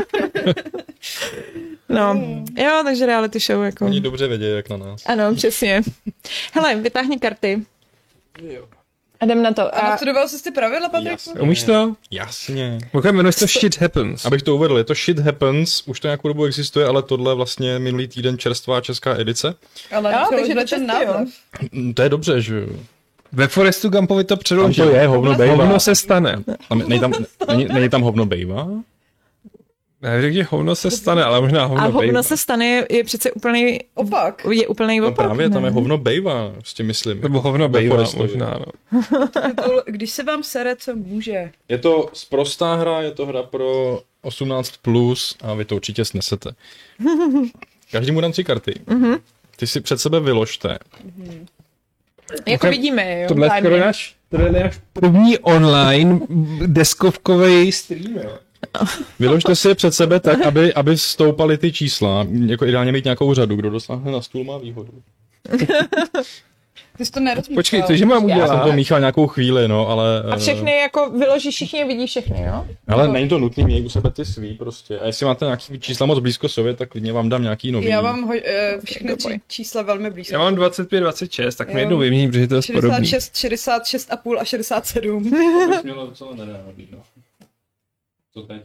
No, jo, takže reality show jako... Oni dobře vědí, jak na nás. Ano, přesně. Hele, vytáhni karty. A jdem na to. A studoval jsi ty pravidla, Patriku? Umíš to? Jasně. Jmenuje se to Shit Happens. Abych to uvedl, je to Shit Happens, už to nějakou dobu existuje, ale tohle vlastně minulý týden čerstvá česká edice. Ale jo, takže to ten název. To je dobře, že jo. Ve Forestu Gumpovi to Tam předložil. to je hovno bejva. Hovno se stane. Není tam hovno bejva? Ne, řekni, hovno se stane, ale možná hovno A hovno bejva. se stane je přece úplný Opak. Je úplný No opak. právě, tam ne? je hovno bejva, prostě myslím. Nebo hovno Ve bejva, Forestu. možná, no. Když se vám sere, co může. Je to sprostá hra, je to hra pro 18+, a vy to určitě snesete. Každému dám 3 karty. Ty si před sebe vyložte. Jako vidíme, jo. Tohle je vzájemně. skoro náš první online deskovkový stream, jo. Vyložte si je před sebe tak, aby stoupaly ty čísla. Jako ideálně mít nějakou řadu. Kdo dosáhne na stůl, má výhodu. Ty jsi to nerozmíchal. Počkej, to, že mám Já jsem to udělat. míchal nějakou chvíli, no, ale... A všechny jako vyloží, všichni vidí všechny, jo? Ale není to nutný, měj u sebe ty svý prostě. A jestli máte nějaký čísla moc blízko sobě, tak klidně vám dám nějaký nový. Já mám všechny 3 čísla velmi blízko. Já mám 25, 26, tak mi Jo. jednou vyměním, protože to je podobný. 66, 66,5 a 67. To bys mělo docela nereálný, no. Co teď?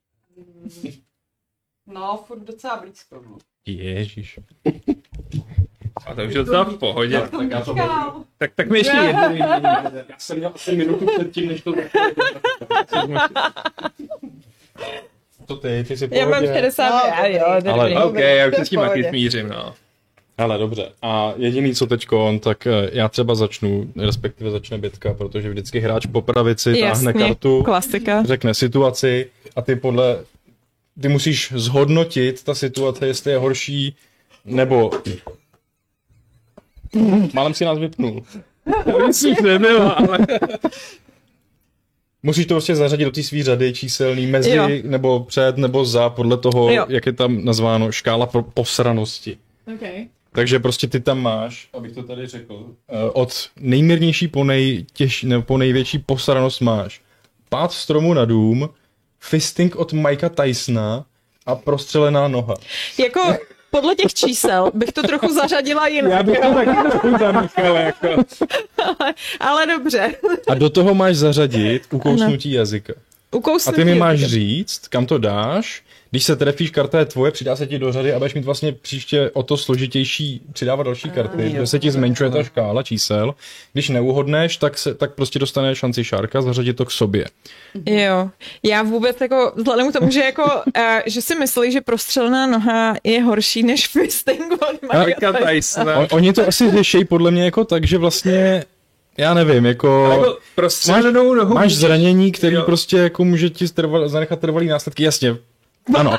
No, furt docela blízko. Ježíš. A to už je docela v pohodě. Tak já to Tak mi ještě jednou. Já jsem měl asi minutu předtím, než to... To ty jsi v Já mám pohodě. 60, jo, Ale- dobrý. OK, já už se s tím V taky pohodě. smířím, no. Ale dobře. A jediný co teďkon, tak já třeba začnu, respektive začne bitka, protože vždycky hráč po pravici táhne Jasně, kartu, klasika. řekne situaci a ty musíš zhodnotit ta situace, jestli je horší, nebo... Málem si nás vypnul. Myslím, že nebyla, ale... Musíš to prostě zařadit do té svý řady číselný mezi, Jo. nebo před, nebo za, podle toho, Jo. jak je tam nazváno škála pro posranosti. Okay. Takže prostě ty tam máš, abych to tady řekl, od nejmírnější po největší posranost máš pád stromu na dům, fisting od Mikea Tysona a prostřelená noha. Jako podle těch čísel bych to trochu zařadila jinak. Já bych to taky trochu zamykal, jako. Ale dobře. A do toho máš zařadit ukousnutí jazyka. A Ukousnutí. ty mi máš říct, kam to dáš, když se trefíš, karta je tvoje, přidá se ti do řady a budeš mít vlastně příště o to složitější přidávat další karty, kde se ti zmenšuje ta škála čísel. Když neuhodneš, tak prostě dostaneš šanci šárka zařadit to k sobě. Jo, já vůbec jako, vzhledem k tomu, že jako, že si myslí, že prostřelená noha je horší než fisting od Mikea Mikea Tysona. Oni to asi řešejí podle mě jako tak, že vlastně, já nevím, jako... Jako prostřelenou nohu. Máš zranění, který Jo. prostě jako může ti zanechat trvalý následky, jasně. Ano,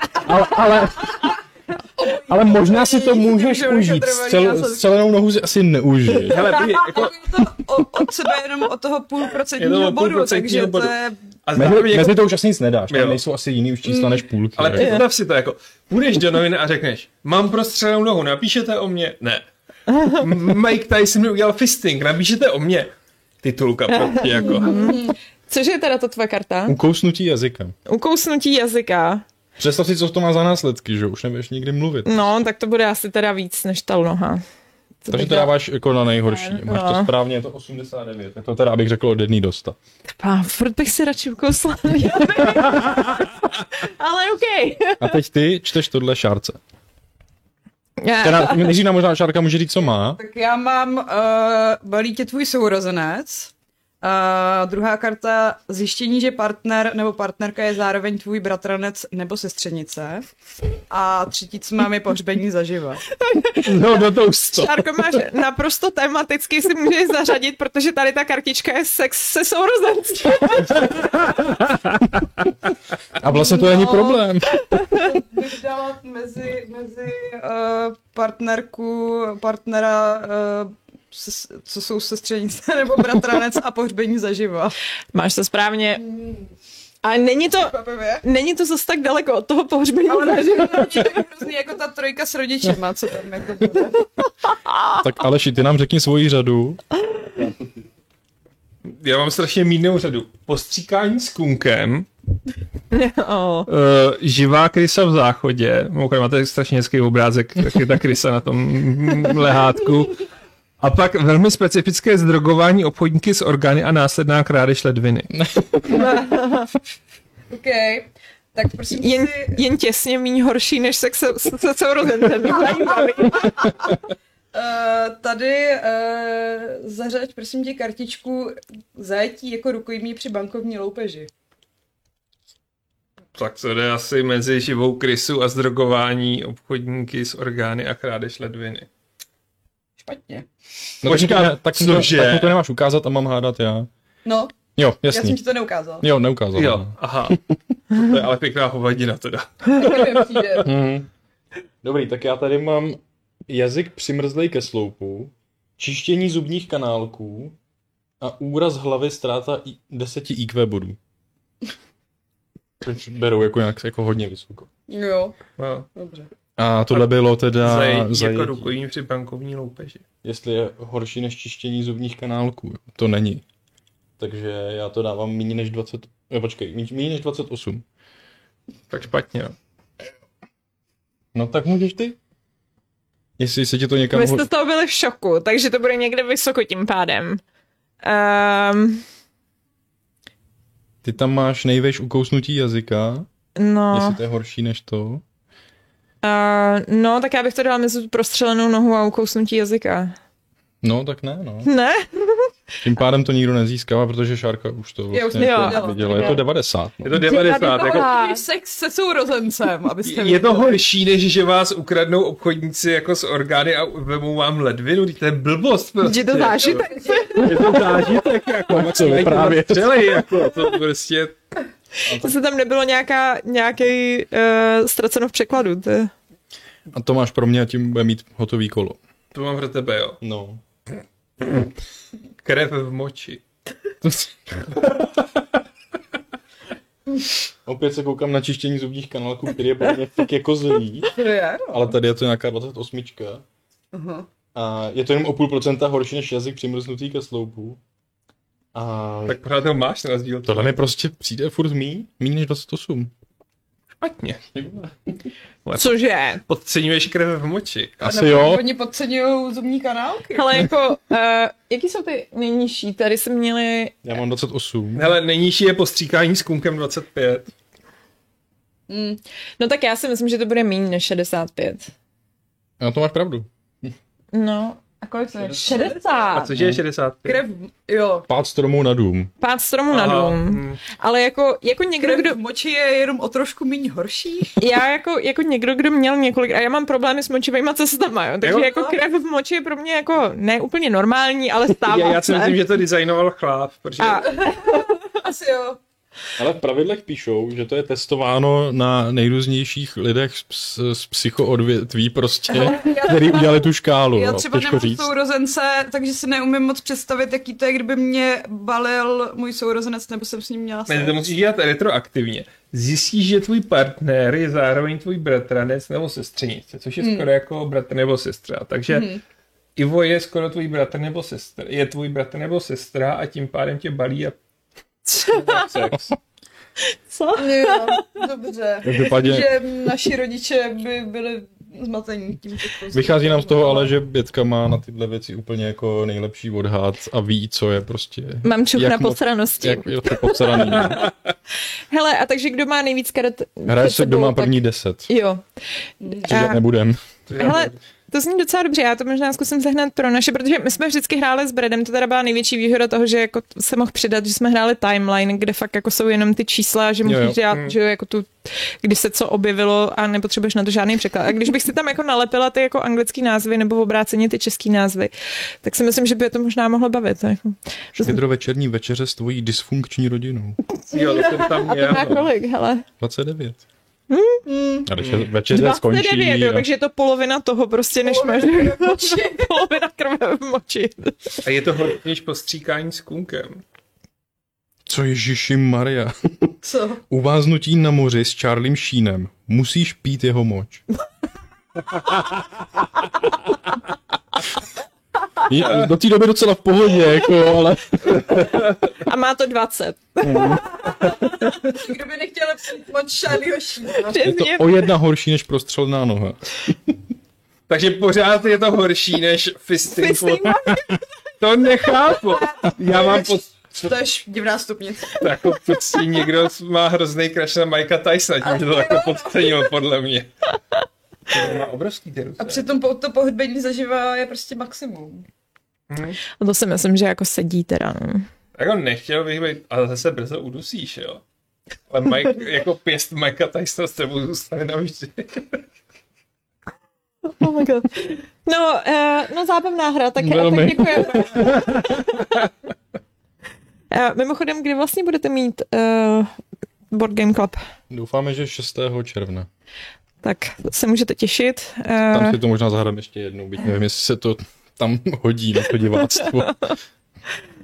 ale možná si to můžeš Můžou nechat užít. trvalý následky. Střelenou nohu si asi neužiješ. Hele, jako, Je to od sebe jenom od toho Je to půlprocentního od bodu, půlprocentního takže bodu. to je... a zároveň jako, Mezi to už asi nic nedáš, tam Jo. nejsou asi jiný už čísla než půlky. ale jako. představ si to, jako, půjdeš do novin a řekneš, mám prostřelenou nohu, napíšete o mně? Ne. Mike Tyson mi udělal fisting, napíšete o mně? Titulka prostě, jako. Cože je teda to tvoje karta? Ukousnutí jazyka. Ukousnutí jazyka. Představ si, co to má za následky, že už nebudeš nikdy mluvit. No, tak to bude asi teda víc než ta noha. Co Takže bych to dáváš jako na nejhorší. No. Máš to správně, je to 89. Je to teda, abych řekl, od 1 do 100. furt bych si radši ukousla. Ale okej. A teď ty čteš tohle šárce. Teda, než nám možná šárka může říct, co má. Tak já mám balí tě tvůj sourozenec. Druhá karta, zjištění, že partner nebo partnerka je zároveň tvůj bratranec nebo sestřenice. A třetí, co mám, je pohřbení zaživa. No, do toho 100. Šárko, máš naprosto tematicky si můžeš zařadit, protože tady ta kartička je sex se sourozencem. A vlastně to není problém. Bych dala mezi partnera, co jsou sestřenice nebo bratranec a pohřbení zaživa. Máš to správně. A není to zase tak daleko od toho pohřbení. Ale ne, že je hrozný jako ta trojka s rodičema, co tam jako bude. Tak Aleši, ty nám řekni svoji řadu. Já mám strašně mírnou řadu. Postříkání s kunkem, Oh. živá krysa v záchodě, mimochodem máte strašně hezký obrázek, jak je ta krysa na tom lehátku. A pak velmi specifické zdrogování obchodníky s orgány a následná krádež ledviny. OK, tak prosím Jen těsně méně horší než sex se sourozencem. tady zařaď prosím tě kartičku zajetí jako rukojmí při bankovní loupeži. Tak to jde asi mezi živou krysu a zdrogování obchodníky s orgány a krádež ledviny. Špatně. No, Počkat, tak cože? mi to nemáš ukázat a mám hádat já. No, Jo, já jsem jasný. ti to neukázal. Jo, neukázal. Jo, aha. To je ale pěkná hovadina teda. Přijde. Dobrý, tak já tady mám jazyk přimrzlej ke sloupu, čištění zubních kanálků a úraz hlavy ztráta 10 IQ bodů. Což berou jako nějak jako hodně vysoko. Jo, No. dobře. A tohle bylo teda Zajetí jako zajetí. rukojmí při bankovní loupeži. Jestli je horší než čištění zubních kanálků. To není. Takže já to dávám méně než 20... méně než 28. Tak špatně, no. No tak můžeš ty. Jestli se ti to někam... Vy jste z toho byli v šoku, takže to bude někde vysoko tím pádem. Ty tam máš nejvejš ukousnutí jazyka. No, Jestli to je horší než to. no, tak já bych to dala mezi tu prostřelenou nohu a ukousnutí jazyka. No, tak ne, no. Ne? Tím pádem to nikdo nezískává, protože Šárka už to Já už vlastně jsem jako to viděla. Je to 90. Je No. to 90. Jako, Sex se sourozencem, abyste je to horší, než že vás ukradnou obchodníci jako z orgány a vemou vám ledvinu. To je blbost. Prostě. Je to zážitek? Je to zážitek. Jako, Co vyprávět. Střely, jako, to prostě... To se tam nebylo nějaký ztraceno v překladu. A to máš pro mě a tím bude mít hotový kolo. To mám pro tebe, jo. No. Krev v moči. Opět se koukám na čištění zubních kanálků, který je pro mě fakt jako zlý. Ale tady je to nějaká 28. A je to jenom o 0,5% horší než jazyk přimrznutý ke sloupu. A Tak pořád to máš na rozdíl. tohle mi prostě přijde furt míň než 28. Špatně. Cože? Podceňuješ krev v moči. Asi jo. Oni podceňují zubní kanálky. Ale jako, jaký jsou ty nejnižší? Tady jsme měli... Já mám 28. Hele, nejnižší je postříkání s kunkem 25. No tak já si myslím, že to bude méně než 65. A to máš pravdu. No, a kolik to je? A 60. což je 65? Krev, jo. Pád stromů na dům. Pád stromu na Aha, dům. Ale jako někdo, Krev kdo... v moči je jenom o trošku méně horší. Já jako někdo, kdo měl několik... A já mám problémy s močivýma cestama, jo? Takže Jo. jako krev v moči je pro mě jako ne úplně normální, ale stává Já si se. myslím, že to designoval chlap, protože... A Asi jo. Ale v pravidlech píšou, že to je testováno na nejrůznějších lidech z psychoodvětví prostě, který udělali tu škálu. Já no, třeba těžko nemám říct. sourozence, takže si neumím moc představit, jaký to je, kdyby mě balil můj sourozenec, nebo jsem s ním měla Ne, sex. to musíš dělat retroaktivně. Zjistíš, že tvůj partner je zároveň tvůj bratranec nebo sestřenice, což je skoro jako bratr nebo sestra. Takže Ivo je skoro tvůj bratr nebo sestra. Je tvůj bratr nebo sestra a tím pádem tě balí a sex. co? Jo, dobře. Každopádně Že naši rodiče by byli zmatení tím. vychází nám z toho ale, že Bětka má na tyhle věci úplně jako nejlepší odhad a ví, co je prostě... Mám čuch jak na moc- posranosti. Jak je to posraný. Hele, a takže kdo má nejvíc karet Hraje před se, kdo sebou, má tak- první 10. Jo. Což nebudem. Hele, to zní docela dobře, já to možná zkusím sehnat pro naše, protože my jsme vždycky hráli s Bradem, to teda byla největší výhoda toho, že jako se mohl přidat, že jsme hráli timeline, kde fakt jako jsou jenom ty čísla, že můžeš dělat, že jo, jako tu, kdy se co objevilo a nepotřebuješ na to žádný překlad. A když bych si tam jako nalepila ty jako anglický názvy nebo obráceně ty český názvy, tak si myslím, že by to možná mohlo bavit. Jako. Štědrovečerní večeře s tvojí dysfunkční rodinou. Jo, to jsem tam A to měl. má kolik, hele? 29. A když večeře 29, skončí... jo, takže je to polovina toho prostě, než máš polovina krve v moči. A je to horší než postříkání s kunkem. Co Ježiši Maria? Co? Uváznutí na moři s Charliem Sheenem. Musíš pít jeho moč. Je do té doby docela v pohodě, jako, ale... A má to 20. Kdo by nechtěl přijít moc Charlieho Sheena? Je to o jedna horší než prostřelná noha. Takže pořád je to horší než fisting. To nechápu. Já mám To je divná stupnice. jako prostě někdo má hrozný crush na Mikea Tysona, tím, že to takto podcenil, podle mě. To má obrovský ty ruce. A přitom to pohybení zaživa je prostě maximum. A to si myslím, že jako sedí teda, no. Jako nechtěl bych být, ale zase brzo udusíš, jo. Ale Mike, jako pěst Mikea Tysona s tebou zůstane navždy. Oh my god. No zábavná hra, tak Velmi. děkujeme. Mimochodem, kdy vlastně budete mít Board Game Club? Doufáme, že 6. června. Tak se můžete těšit. Tam si to možná zahrám ještě jednou, byť nevím, jestli se to tam hodí na to diváctvo.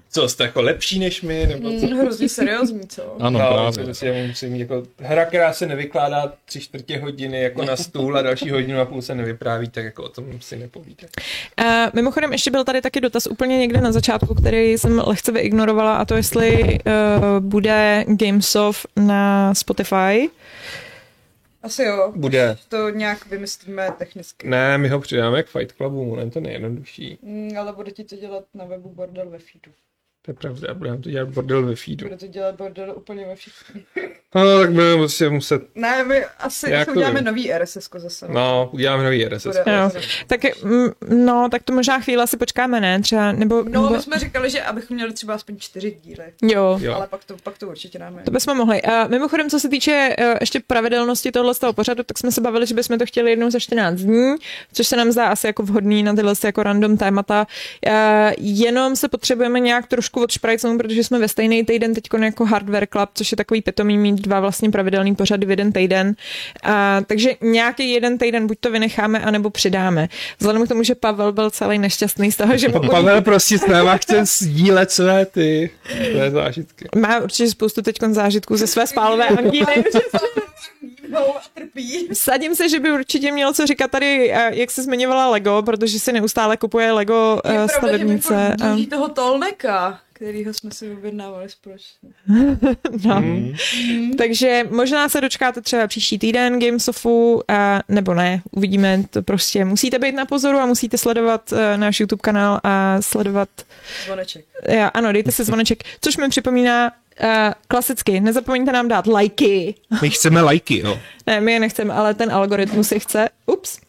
Co, jste jako lepší než my, nebo co? Hrozně seriózní, co? Ano, právě. Prostě musím jako hra, která se nevykládá 3/4 hodiny jako na stůl a další hodinu a půl se nevypráví, tak jako o tom si nepovídá. Mimochodem ještě byl tady taky dotaz úplně někde na začátku, který jsem lehce vyignorovala, a to jestli bude Gamesoft na Spotify. Asi jo. Bude. To nějak vymyslíme technicky. Ne, my ho přidáme k Fight Clubu, ne, to nejjednodušší. Ale bude ti to dělat na webu Bordel ve feedu. To je pravda, budeme to dělat bordel ve feedu. Bude to dělat Bordel úplně ve všech. No, tak budeme prostě muset, Ne, my asi Jak to uděláme vím? nový RSS zase. no, uděláme nový RSS. Bude. Jo. Tak, no, tak to možná chvíli asi počkáme, ne? Třeba, nebo... No, my jsme říkali, že abychom měli třeba aspoň 4 díly. Jo. Jo. Ale pak to určitě dáme. To bychom mohli. Mimochodem, co se týče ještě pravidelnosti tohle z toho pořadu, tak jsme se bavili, že bychom to chtěli jednou za 14 dní, což se nám zdá asi jako vhodný na tyhle jako random témata. Jenom se potřebujeme nějak trošku odšprajcnout, protože jsme ve stejný týden teď jako Hardware Club, což je takový pitomý mít 2 vlastně pravidelný pořady v jeden týden. Takže nějaký jeden týden buď to vynecháme, anebo přidáme. Vzhledem k tomu, že Pavel byl celý nešťastný z toho, že mu Pavel prostě s náma chce sdílet své ty zážitky. má určitě spoustu teď zážitků ze své spálové angíny. A trpí. Sadím se, že by určitě měl co říkat tady, jak se zmiňovala Lego, protože si neustále kupuje Lego stavebnice. Dluží toho Tolneka, kterýho jsme si objednávali společně. No. Takže možná se dočkáte třeba příští týden Gamesofu, nebo ne, uvidíme, to prostě musíte být na pozoru a musíte sledovat náš YouTube kanál a sledovat... Zvoneček. Ano, dejte si zvoneček, což mi připomíná klasicky, nezapomeňte nám dát lajky. My chceme lajky, jo. Ne, my je nechceme, ale ten algoritmus je chce. Ups.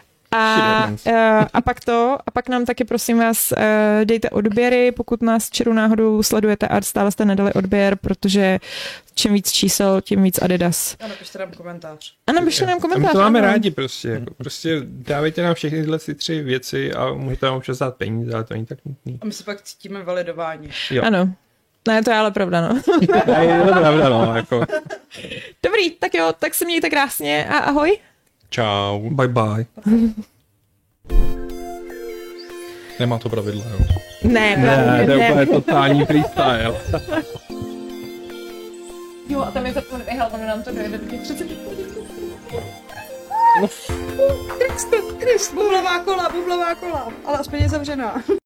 A pak nám taky, prosím vás, dejte odběry, pokud nás čirou náhodou sledujete a stále jste nedali odběr, protože čím víc čísel, tím víc Adidas. A napište nám komentář. A napište nám A my komentář. to máme ano. rádi prostě. Jako, prostě dávejte nám všechny tyhle 3 věci a můžete nám občas dát peníze, ale to není tak nutný. A my se pak cítíme validování. Jo. Ano. Ne, to je ale pravda, no. Je to pravda, no, jako. Dobrý, tak jo, tak se mějte krásně a ahoj. Čau. Bye bye. Nemá to pravidla, jo. Ne, Ne, to je úplně totální freestyle. Jo, a tam je zapomnět, tam nám to dojede do těch 30. Krist, bublová kola, ale aspoň je zavřená.